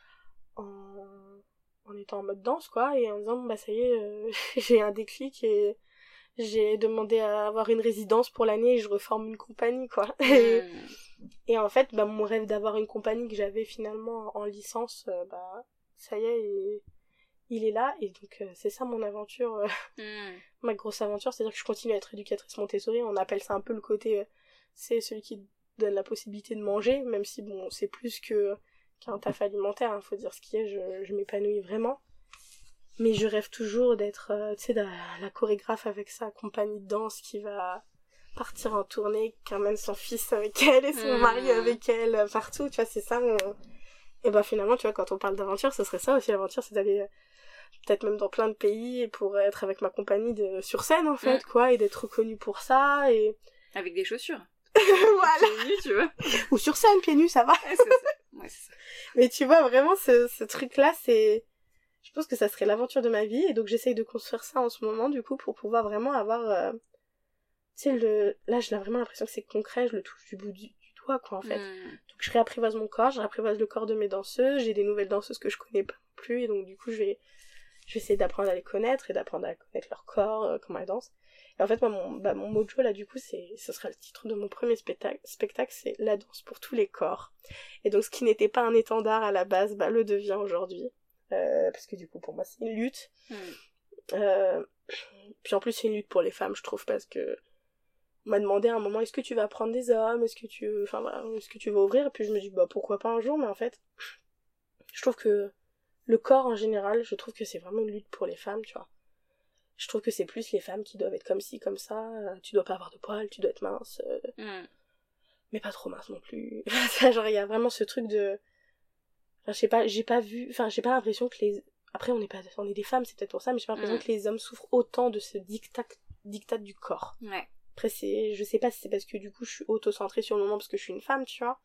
en... en étant en mode danse, quoi. Et en disant, bah, ça y est, euh, j'ai un déclic et j'ai demandé à avoir une résidence pour l'année et je reforme une compagnie, quoi. Mmh. Et... et en fait, bah, mon rêve d'avoir une compagnie que j'avais finalement en licence, euh, bah, ça y est, et... il est là, et donc euh, c'est ça mon aventure, euh, mm. ma grosse aventure, c'est-à-dire que je continue à être éducatrice Montessori, on appelle ça un peu le côté, euh, c'est celui qui donne la possibilité de manger, même si bon, c'est plus que qu'un taf alimentaire, hein, faut dire ce qui est, je, je m'épanouis vraiment, mais je rêve toujours d'être, euh, tu sais, la, la chorégraphe avec sa compagnie de danse qui va partir en tournée, qui emmène son fils avec elle et son mm. mari avec elle, euh, partout, tu vois, c'est ça mon... Et bah finalement, tu vois, quand on parle d'aventure, ce serait ça aussi, l'aventure, c'est d'aller... Euh, peut-être même dans plein de pays pour être avec ma compagnie de sur scène en fait, mmh. quoi, et d'être reconnue pour ça, et avec des chaussures. Voilà. Pieds nus, tu vois. Ou sur scène pieds nus, ça va. Ouais, c'est ça. Ouais, c'est ça. Mais tu vois vraiment ce ce truc là, c'est je pense que ça serait l'aventure de ma vie, et donc j'essaye de construire ça en ce moment du coup pour pouvoir vraiment avoir euh... tu sais le là j'ai vraiment l'impression que c'est concret, je le touche du bout du, du doigt quoi en fait. Mmh. Donc je réapprivoise mon corps, je réapprivoise le corps de mes danseuses, j'ai des nouvelles danseuses que je connais pas non plus, et donc du coup je vais je vais essayer d'apprendre à les connaître et d'apprendre à connaître leur corps, euh, comment elles dansent. Et en fait, moi, mon, bah, mon mojo, là, du coup, c'est, ce sera le titre de mon premier spectacle, spectacle, c'est La danse pour tous les corps. Et donc, ce qui n'était pas un étendard à la base, bah, le devient aujourd'hui. Euh, parce que du coup, pour moi, c'est une lutte. Mm. Euh, puis en plus, c'est une lutte pour les femmes, je trouve, parce que on m'a demandé à un moment, est-ce que tu vas prendre des hommes, est-ce que tu, enfin, voilà, est-ce que tu vas ouvrir? Et puis je me dis, bah, pourquoi pas un jour, mais en fait, je trouve que le corps en général, je trouve que c'est vraiment une lutte pour les femmes, tu vois. Je trouve que c'est plus les femmes qui doivent être comme ci, comme ça, euh, tu dois pas avoir de poils, tu dois être mince, euh, mm. mais pas trop mince non plus. Genre, il y a vraiment ce truc de... Enfin, je sais pas, j'ai pas vu... Enfin, j'ai pas l'impression que les... Après, on est pas... on est des femmes, c'est peut-être pour ça, mais j'ai pas l'impression mm. que les hommes souffrent autant de ce dictat, dictat du corps. Ouais. Après, c'est... Je sais pas si c'est parce que du coup, je suis auto-centrée sur le moment parce que je suis une femme, tu vois.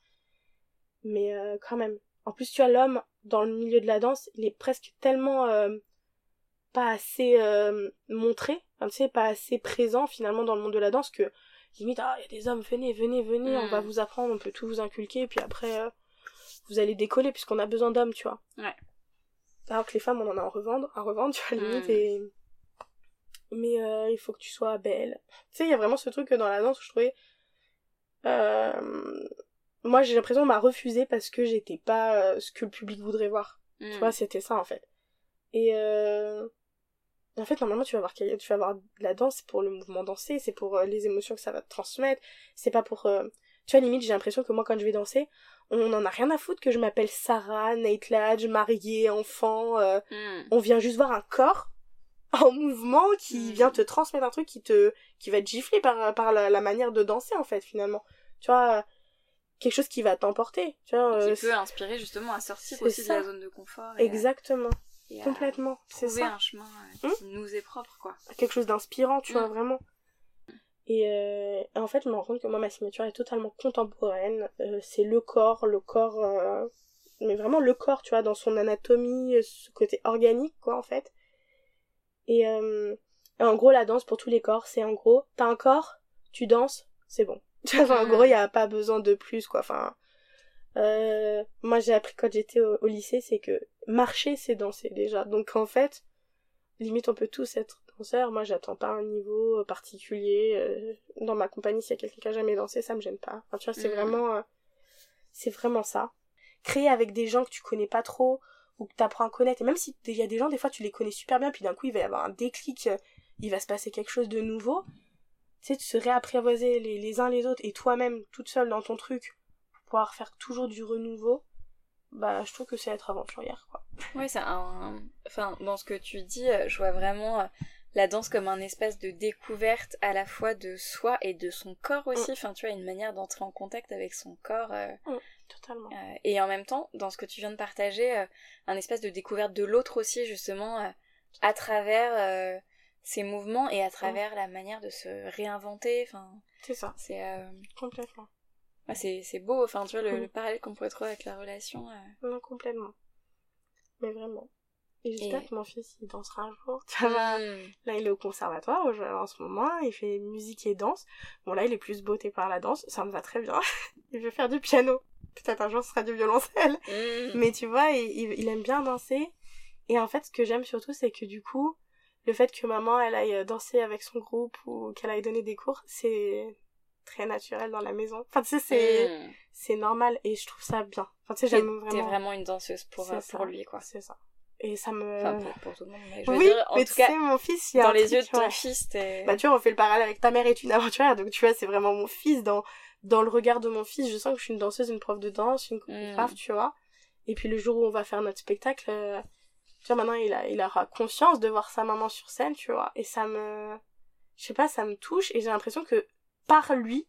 Mais euh, quand même... En plus, tu as l'homme, dans le milieu de la danse, il est presque tellement euh, pas assez euh, montré, enfin, tu sais, pas assez présent finalement dans le monde de la danse que limite, ah, il y a des hommes, venez, venez, venez, mmh. on va vous apprendre, on peut tout vous inculquer, puis après, euh, vous allez décoller puisqu'on a besoin d'hommes, tu vois. Ouais. Alors que les femmes, on en a à revendre, à revendre, tu vois, limite, mmh. et... Mais euh, il faut que tu sois belle. Tu sais, il y a vraiment ce truc dans la danse où je trouvais... Euh... Moi, j'ai l'impression qu'on m'a refusé parce que j'étais pas euh, ce que le public voudrait voir. Mmh. Tu vois, c'était ça, en fait. Et... Euh... En fait, normalement, tu vas voir, tu vas voir la danse, c'est pour le mouvement dansé, c'est pour euh, les émotions que ça va te transmettre, c'est pas pour... Euh... Tu vois, limite, j'ai l'impression que moi, quand je vais danser, on en a rien à foutre que je m'appelle Sarah, Nate Ladge, mariée, enfant, euh... mm. on vient juste voir un corps en mouvement qui mm. vient te transmettre un truc qui te qui va te gifler par, par la, la manière de danser, en fait, finalement. Tu vois, quelque chose qui va t'emporter, tu vois. Qui euh... peut inspirer, justement, à sortir aussi ça. De la zone de confort. Exactement. Complètement, c'est ça. Trouver un chemin euh, qui mmh. nous est propre, quoi. Quelque chose d'inspirant, tu mmh. vois, vraiment. Et euh, en fait, je me rends compte que moi, ma signature est totalement contemporaine. Euh, c'est le corps, le corps... Euh, mais vraiment le corps, tu vois, dans son anatomie, ce côté organique, quoi, en fait. Et, euh, et en gros, la danse pour tous les corps, c'est en gros, t'as un corps, tu danses, c'est bon. Enfin, en gros, il n'y a pas besoin de plus, quoi. Enfin... Euh, moi j'ai appris quand j'étais au, au lycée, c'est que marcher c'est danser déjà, donc en fait limite on peut tous être danseurs. Moi j'attends pas un niveau particulier euh, dans ma compagnie. S'il y a quelqu'un qui a jamais dansé, ça me gêne pas. Enfin, tu vois, c'est mmh. vraiment euh, c'est vraiment ça, créer avec des gens que tu connais pas trop ou que t'apprends à connaître. Et même si il y a des gens, des fois tu les connais super bien, puis d'un coup il va y avoir un déclic, euh, il va se passer quelque chose de nouveau, tu sais, de se réapprivoiser les, les uns les autres et toi-même toute seule dans ton truc, pouvoir faire toujours du renouveau, bah je trouve que c'est être aventurière, quoi. Ouais, c'est un... Enfin, dans ce que tu dis, je vois vraiment la danse comme un espace de découverte à la fois de soi et de son corps aussi. Mm. Enfin, tu vois, une manière d'entrer en contact avec son corps. Euh, mm, totalement. Euh, et en même temps, dans ce que tu viens de partager, euh, un espace de découverte de l'autre aussi, justement, euh, à travers euh, ses mouvements et à travers mm. la manière de se réinventer. Enfin, c'est ça. C'est... Euh... Complètement. Ah, c'est, c'est beau, enfin, tu vois, le, mmh. le parallèle qu'on pourrait trouver avec la relation. Euh... Non, complètement. Mais vraiment. Et j'espère Et... que mon fils, il dansera un jour. Mmh. Là, il est au conservatoire en ce moment, il fait musique et danse. Bon, là, il est plus botté par la danse, ça me va très bien. Il veut faire du piano. Peut-être un jour, ce sera du violoncelle. Mmh. Mais tu vois, il, il, il aime bien danser. Et en fait, ce que j'aime surtout, c'est que du coup, le fait que maman, elle aille danser avec son groupe ou qu'elle aille donner des cours, c'est... très naturel dans la maison. Enfin, tu sais, c'est, mmh. c'est normal et je trouve ça bien. Enfin, tu sais, j'aime vraiment... T'es vraiment une danseuse pour, euh, pour lui, quoi. C'est ça. Et ça me... Enfin, pour, pour tout le monde, mais je veux oui, dire, en mais tout tu cas, sais, mon fils, il y a dans un les truc, yeux de ton ouais. fils, t'es... Bah, tu vois, on fait le parallèle avec ta mère est une aventurière, donc tu vois, c'est vraiment mon fils. Dans, dans le regard de mon fils, je sens que je suis une danseuse, une prof de danse, une chorégraphe, mmh. tu vois. Et puis le jour où on va faire notre spectacle, euh, tu vois, maintenant, il, a, il aura conscience de voir sa maman sur scène, tu vois. Et ça me... Je sais pas, ça me touche et j'ai l'impression que par lui,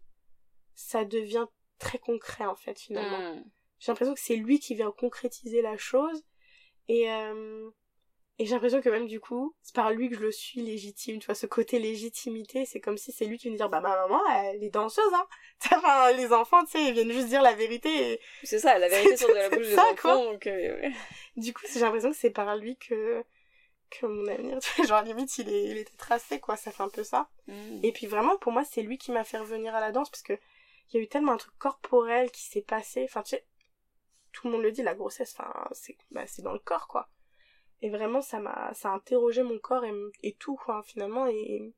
ça devient très concret, en fait, finalement. Mmh. J'ai l'impression que c'est lui qui vient concrétiser la chose. Et, euh, et j'ai l'impression que même, du coup, c'est par lui que je le suis légitime. Tu vois, ce côté légitimité, c'est comme si c'est lui qui vient dire, bah, ma maman, elle est danseuse, hein. Enfin, les enfants, tu sais, ils viennent juste dire la vérité. Et... C'est ça, la vérité sur de la bouche des ça, enfants. Donc, euh, ouais. Du coup, j'ai l'impression que c'est par lui que... que mon avenir, tu vois, genre limite il, est, il était tracé, quoi, ça fait un peu ça. Mmh. Et puis vraiment, pour moi, c'est lui qui m'a fait revenir à la danse, parce que il y a eu tellement un truc corporel qui s'est passé, enfin, tu sais, tout le monde le dit, la grossesse, enfin, c'est, bah, c'est dans le corps, quoi. Et vraiment, ça m'a, ça a interrogé mon corps et, et tout, quoi, finalement, et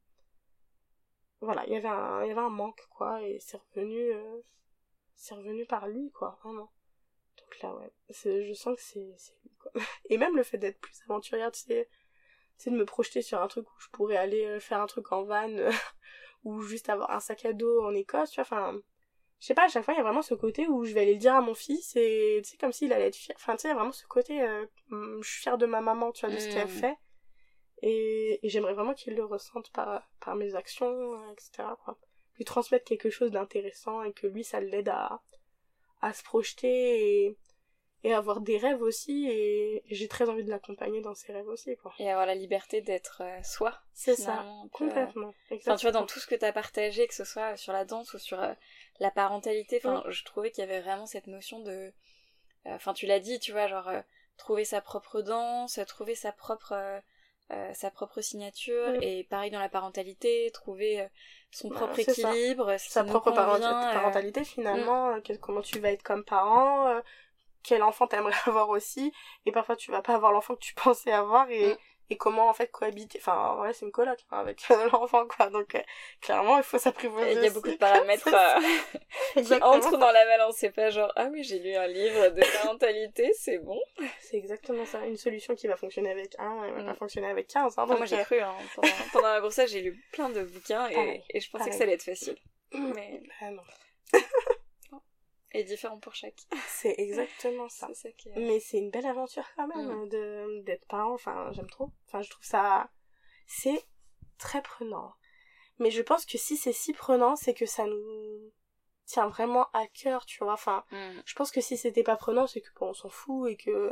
voilà, il y avait un, il y avait un manque, quoi, et c'est revenu, euh, c'est revenu par lui, quoi, vraiment. Donc là, ouais, c'est, je sens que c'est, c'est lui, quoi. Et même le fait d'être plus aventurière, tu sais, c'est de me projeter sur un truc où je pourrais aller faire un truc en van euh, ou juste avoir un sac à dos en Écosse, tu vois, enfin, je sais pas, à chaque fois il y a vraiment ce côté où je vais aller le dire à mon fils et tu sais, comme s'il allait être fier, enfin tu sais, il y a vraiment ce côté euh, je suis fière de ma maman, tu vois, de ce mmh. qu'elle fait et, et j'aimerais vraiment qu'il le ressente par, par mes actions, et cetera, quoi. Lui transmettre quelque chose d'intéressant et que lui ça l'aide à, à se projeter et et avoir des rêves aussi, et j'ai très envie de l'accompagner dans ses rêves aussi, quoi. Et avoir la liberté d'être euh, soi. C'est ça, complètement. Euh... Enfin, tu vois, dans tout ce que t'as partagé, que ce soit sur la danse ou sur euh, la parentalité, enfin, oui. je trouvais qu'il y avait vraiment cette notion de... Enfin, euh, tu l'as dit, tu vois, genre, euh, trouver sa propre danse, trouver sa propre... Euh, euh, sa propre signature, oui. et pareil dans la parentalité, trouver euh, son bah, propre équilibre, ce sa qui propre nous convient, parentalité, euh... finalement, mmh. comment tu vas être comme parent... Euh... quel enfant t'aimerais avoir aussi, et parfois tu vas pas avoir l'enfant que tu pensais avoir, et, mm. et comment en fait cohabiter. Enfin, ouais, c'est une coloc hein, avec euh, l'enfant, quoi. Donc, euh, clairement, il faut s'apprivoiser. Il y a beaucoup de paramètres euh, qui entrent dans la balance. C'est pas genre, ah oui, j'ai lu un livre de parentalité, c'est bon. C'est exactement ça. Une solution qui va fonctionner avec un, elle va mm. pas fonctionner avec quinze. Hein, donc, moi, j'ai cru, hein. Pendant, pendant la grossesse, j'ai lu plein de bouquins, et, pareil, et je pensais pareil. que ça allait être facile. Mais... Ah non. Et différent pour chaque. C'est exactement ça. C'est ça qui est... Mais c'est une belle aventure quand même mm. de d'être parent. Enfin, j'aime trop. Enfin, je trouve ça... C'est très prenant. Mais je pense que si c'est si prenant, c'est que ça nous tient vraiment à cœur, tu vois. Enfin, mm. je pense que si c'était pas prenant, c'est que bon, on s'en fout et que...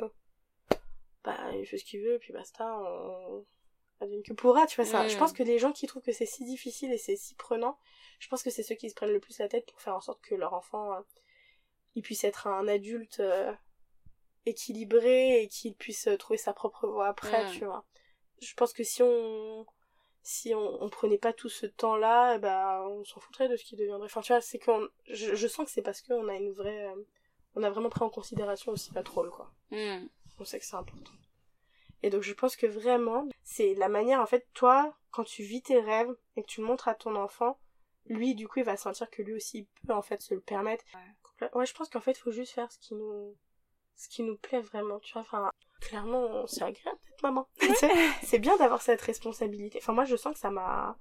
Bah, il fait ce qu'il veut, et puis basta, on... advienne que pourra, tu vois ça. Mm. Je pense que les gens qui trouvent que c'est si difficile et c'est si prenant, je pense que c'est ceux qui se prennent le plus la tête pour faire en sorte que leur enfant... Euh, il puisse être un adulte euh, équilibré et qu'il puisse euh, trouver sa propre voie après, mmh. tu vois. Je pense que si on si on, on prenait pas tout ce temps-là, bah on s'en foutrait de ce qui deviendrait. Enfin, tu vois, c'est qu'on je, je sens que c'est parce qu'on a une vraie euh, on a vraiment pris en considération aussi notre rôle, quoi. Mmh. On sait que c'est important. Et donc je pense que vraiment, c'est la manière, en fait, toi, quand tu vis tes rêves et que tu le montres à ton enfant, lui, du coup, il va sentir que lui aussi, il peut, en fait, se le permettre. Ouais. Ouais, je pense qu'en fait, il faut juste faire ce qui nous, ce qui nous plaît vraiment, tu vois. Enfin, clairement, c'est agréable d'être maman. C'est bien d'avoir cette responsabilité. Enfin, moi, je sens que ça m'a,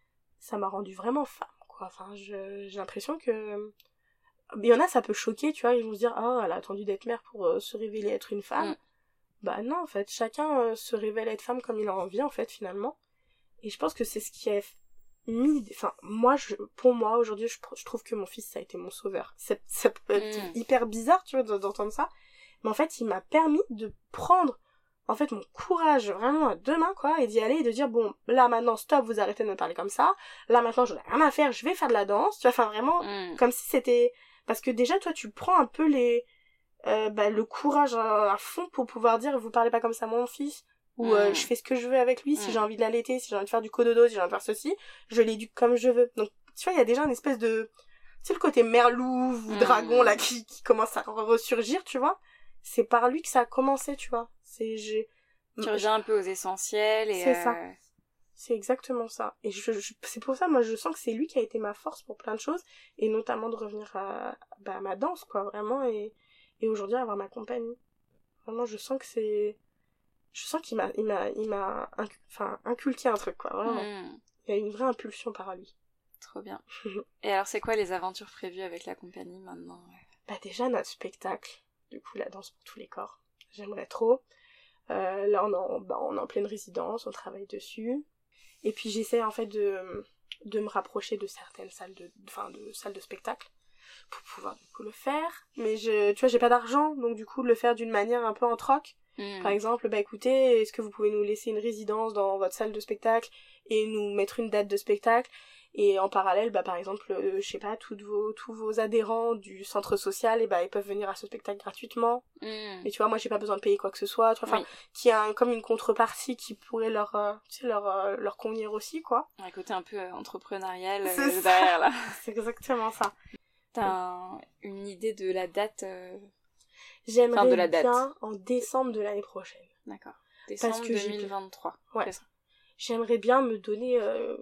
ça m'a rendu vraiment femme, quoi. Enfin, je, j'ai l'impression que, il y en a, ça peut choquer, tu vois. Ils vont se dire, oh, elle a attendu d'être mère pour euh, se révéler être une femme. Mm. Bah non, en fait, chacun euh, se révèle être femme comme il a envie, en fait, finalement. Et je pense que c'est ce qui est mis, enfin, moi, je, pour moi, aujourd'hui, je, je trouve que mon fils, ça a été mon sauveur. Ça, ça peut être mmh. hyper bizarre, tu vois, d'entendre ça. Mais en fait, il m'a permis de prendre, en fait, mon courage vraiment à deux mains, quoi, et d'y aller et de dire, bon, là, maintenant, stop, vous arrêtez de me parler comme ça. Là, maintenant, j'en ai rien à faire, je vais faire de la danse. Tu vois, enfin, vraiment, mmh. comme si c'était, parce que déjà, toi, tu prends un peu les, euh, bah, le courage à, à fond pour pouvoir dire, vous parlez pas comme ça à mon fils. Ou euh, mmh. je fais ce que je veux avec lui, mmh. si j'ai envie de l'allaiter, si j'ai envie de faire du cododo, si j'ai envie de faire ceci, je l'éduque comme je veux. Donc, tu vois, il y a déjà une espèce de... Tu sais, le côté merlouve ou mmh. dragon, là, qui, qui commence à ressurgir, tu vois. C'est par lui que ça a commencé, tu vois. C'est... J'ai... Tu reviens un peu aux essentiels et... C'est euh... ça. C'est exactement ça. Et je, je, c'est pour ça, moi, je sens que c'est lui qui a été ma force pour plein de choses, et notamment de revenir à, bah, à ma danse, quoi, vraiment, et, et aujourd'hui avoir ma compagnie. Vraiment, je sens que c'est... Je sens qu'il m'a, il m'a, il m'a, inc- enfin, inculqué un truc, quoi, vraiment. Mmh. Il y a une vraie impulsion par lui. Trop bien. Et alors, c'est quoi les aventures prévues avec la compagnie maintenant? Bah, déjà, notre spectacle. Du coup, la danse pour tous les corps. J'aimerais trop. Euh, là, on est, en, bah, on est en pleine résidence, on travaille dessus. Et puis, j'essaie, en fait, de, de me rapprocher de certaines salles de, enfin, de salles de spectacle. Pour pouvoir, du coup, le faire. Mais je, tu vois, j'ai pas d'argent. Donc, du coup, le faire d'une manière un peu en troc. Mmh. Par exemple, bah écoutez, est-ce que vous pouvez nous laisser une résidence dans votre salle de spectacle et nous mettre une date de spectacle, et en parallèle, bah par exemple, euh, je sais pas, toutes vos, tous vos adhérents du centre social, et bah ils peuvent venir à ce spectacle gratuitement. Mmh. Et tu vois, moi j'ai pas besoin de payer quoi que ce soit, tu vois, enfin, oui. Qu'il y a un, comme une contrepartie qui pourrait leur, euh, tu sais, leur, euh, leur convenir aussi, quoi. Un côté un peu euh, entrepreneurial euh, derrière là. C'est exactement ça. T'as un, une idée de la date euh... J'aimerais enfin, de la date. bien en décembre de l'année prochaine. D'accord. Décembre Parce que deux mille vingt-trois. Ouais. C'est ça. J'aimerais bien me donner euh,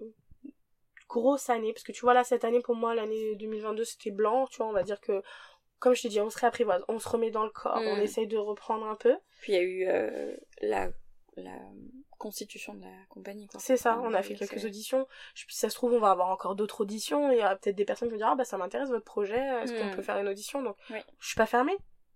grosse année. Parce que tu vois, là, cette année, pour moi, l'année deux mille vingt-deux, c'était blanc. Tu vois, on va dire que, comme je t'ai dit, on se réapprivoise. On se remet dans le corps. Mmh. On essaye de reprendre un peu. Puis il y a eu euh, la, la constitution de la compagnie, quoi. C'est ça. On a fait quelques c'est... auditions. Je, si ça se trouve, on va avoir encore d'autres auditions. Il y aura peut-être des personnes qui vont dire, ah, bah, ça m'intéresse votre projet. Est-ce mmh. qu'on peut faire une audition? Donc, oui. Je suis pas fermée.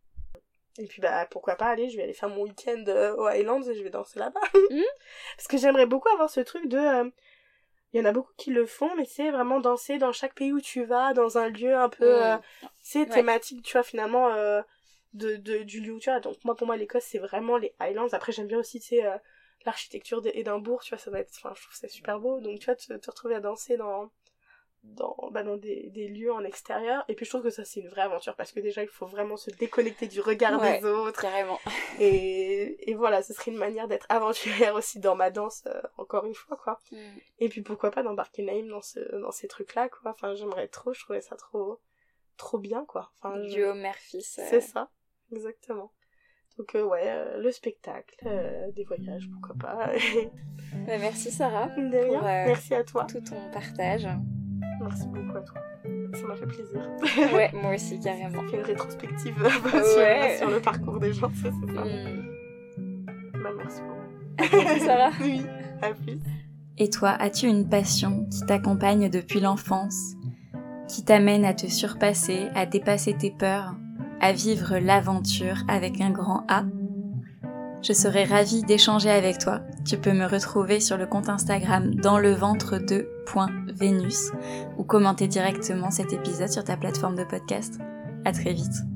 Et puis bah pourquoi pas aller, je vais aller faire mon week-end euh, aux Highlands et je vais danser là-bas. Mmh. Parce que j'aimerais beaucoup avoir ce truc de... Il euh, y en a beaucoup qui le font, mais c'est vraiment danser dans chaque pays où tu vas, dans un lieu un peu... Mmh. Euh, c'est ouais. thématique, tu vois, finalement, euh, de, de, du lieu où tu vas. Donc moi, pour moi, l'Écosse, c'est vraiment les Highlands. Après, j'aime bien aussi, tu sais, euh, l'architecture d'Édimbourg, tu vois, ça va être... Enfin, je trouve ça super beau. Donc tu vois, te, te retrouver à danser dans... dans, bah, dans des, des lieux en extérieur, et puis je trouve que ça c'est une vraie aventure, parce que déjà il faut vraiment se déconnecter du regard ouais, des autres, carrément. et, et voilà, ce serait une manière d'être aventurière aussi dans ma danse, euh, encore une fois, quoi. Mm. Et puis pourquoi pas d'embarquer Naïm dans, ce, dans ces trucs là, quoi. Enfin, j'aimerais trop, je trouvais ça trop trop bien, quoi. Enfin, duo je... mère-fils, euh... c'est ça, exactement. Donc euh, ouais, euh, le spectacle, euh, des voyages, pourquoi pas. Bah, merci Sarah. De rien, pour, euh, merci à toi. Tout ton partage. Merci beaucoup à toi. Ça m'a fait plaisir. Ouais, moi aussi, carrément. On fait une rétrospective Ouais. sur, sur le parcours des gens, ça c'est ça. Mm. Bah merci beaucoup. À bientôt, Sarah. Oui, à plus. Et toi, as-tu une passion qui t'accompagne depuis l'enfance, qui t'amène à te surpasser, à dépasser tes peurs, à vivre l'aventure avec un grand A? Je serais ravie d'échanger avec toi. Tu peux me retrouver sur le compte Instagram dans le ventre de point Vénus ou commenter directement cet épisode sur ta plateforme de podcast. À très vite.